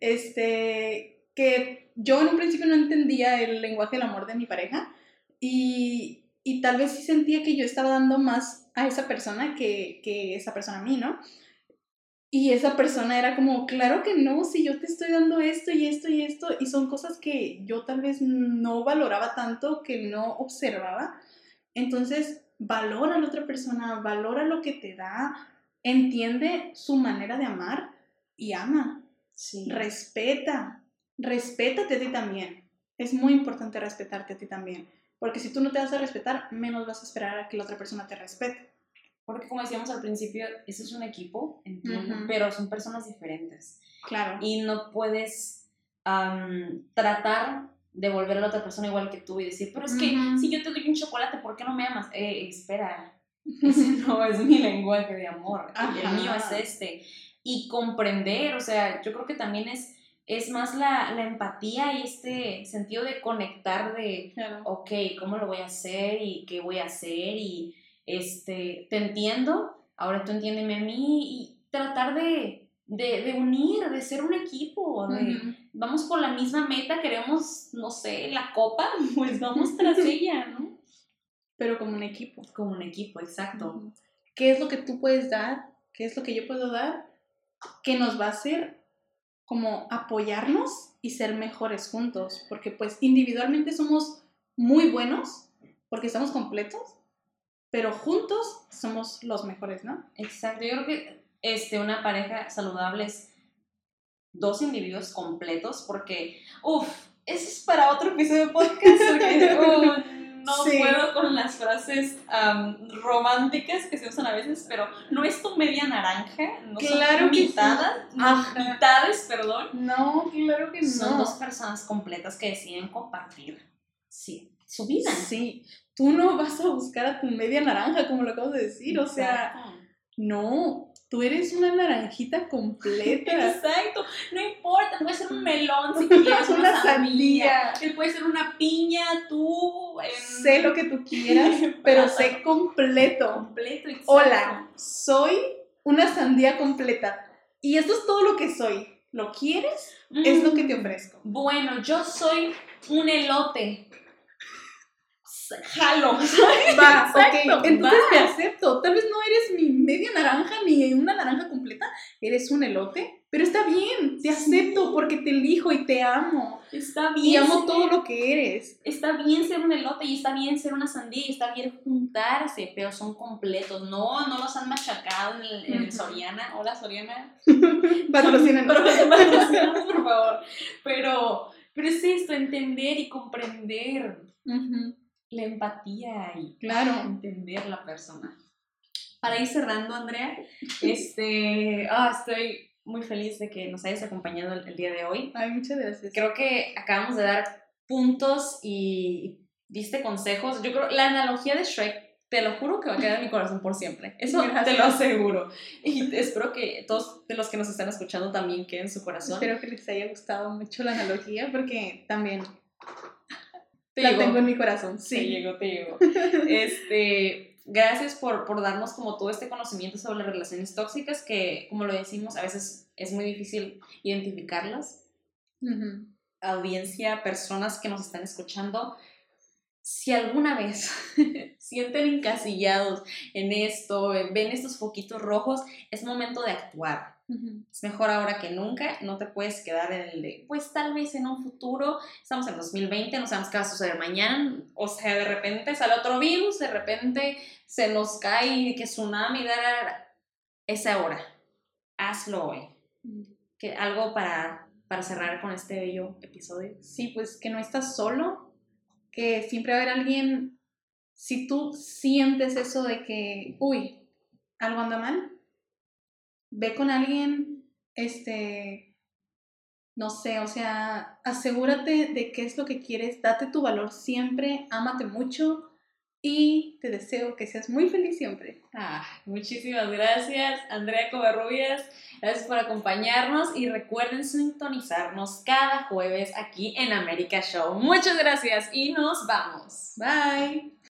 Que yo en un principio no entendía el lenguaje del amor de mi pareja y tal vez sí sentía que yo estaba dando más a esa persona que esa persona a mí, ¿no? Y esa persona era como, claro que no, si yo te estoy dando esto y esto y esto, y son cosas que yo tal vez no valoraba tanto, que no observaba. Entonces, valora a la otra persona, valora lo que te da, entiende su manera de amar y ama. Sí. Respétate a ti también. Es muy importante respetarte a ti también, porque si tú no te vas a respetar, menos vas a esperar a que la otra persona te respete. Porque como decíamos al principio, eso es un equipo, entiendo, pero son personas diferentes. Claro. Y no puedes tratar de volver a la otra persona igual que tú y decir, pero es que si yo te doy un chocolate, ¿por qué no me amas? Espera, ese no es mi lenguaje de amor, el mío es este. Y comprender, o sea, yo creo que también es más la empatía y este sentido de conectar de, claro. Ok, ¿cómo lo voy a hacer? ¿Y qué voy a hacer? Y te entiendo, ahora tú entiéndeme a mí y tratar de unir, de ser un equipo, vamos por la misma meta, queremos, no sé, la copa, pues vamos tras ella, ¿no? Pero como un equipo. Como un equipo, exacto. ¿Qué es lo que tú puedes dar? ¿Qué es lo que yo puedo dar? Que nos va a hacer como apoyarnos y ser mejores juntos, porque pues individualmente somos muy buenos, porque estamos completos, pero juntos somos los mejores, ¿no? Exacto, yo creo que una pareja saludable es 2 individuos completos, porque, eso es para otro episodio de podcast, porque no puedo con las frases románticas que se usan a veces, pero no es tu media naranja, no claro son mitades, perdón. No, claro que no. Son 2 personas completas que deciden compartir, su vida. Sí, tú no vas a buscar a tu media naranja, como lo acabo de decir, o sea, no, tú eres una naranjita completa. Exacto, no importa, puede ser un melón si quieres, una sandía, puede ser una piña, tú... Sé lo que tú quieras, pero sé completo. Completo, exacto. Hola, soy una sandía completa y esto es todo lo que soy. ¿Lo quieres? Es lo que te ofrezco. Bueno, yo soy un elote. Jalo. Va, exacto, ok, entonces te acepto. Tal vez no eres mi media naranja ni una naranja completa, eres un elote, pero está bien, te acepto porque te elijo y te amo. Está bien. Y amo todo lo que eres. Está bien ser un elote y está bien ser una sandía y está bien juntarse, pero son completos. No los han machacado en el Soriana. Hola, Soriana. Patrocínanos. Patrocínanos, por favor. Pero es esto, entender y comprender. La empatía y entender la persona. Para ir cerrando, Andrea, estoy muy feliz de que nos hayas acompañado el día de hoy. Ay, muchas gracias. Creo que acabamos de dar puntos y diste consejos. Yo creo, la analogía de Shrek, te lo juro que va a quedar en mi corazón por siempre. Eso Gracias. te lo aseguro. Y espero que todos de los que nos están escuchando también queden en su corazón. Espero que les haya gustado mucho la analogía porque también Te la llegó. tengo en mi corazón. Te Sí. llegó. Gracias por darnos como todo este conocimiento sobre las relaciones tóxicas que, como lo decimos, a veces es muy difícil identificarlas. Ujú. Audiencia, personas que nos están escuchando, si alguna vez sienten encasillados en esto, ven estos foquitos rojos, es momento de actuar. Ujú. Es mejor ahora que nunca, no te puedes quedar en el de, pues tal vez en un futuro, estamos en 2020, no sabemos qué va a suceder mañana, o sea, de repente sale otro virus, de repente se nos cae que tsunami, es ahora, hazlo hoy. Que algo para cerrar con este bello episodio. Sí, pues que no estás solo, que siempre va a haber alguien, si tú sientes eso de que, uy, algo anda mal, ve con alguien, no sé, o sea, asegúrate de qué es lo que quieres, date tu valor siempre, ámate mucho y te deseo que seas muy feliz siempre. Muchísimas gracias, Andrea Covarrubias. Gracias por acompañarnos y recuerden sintonizarnos cada jueves aquí en America Show. Muchas gracias y nos vamos. Bye.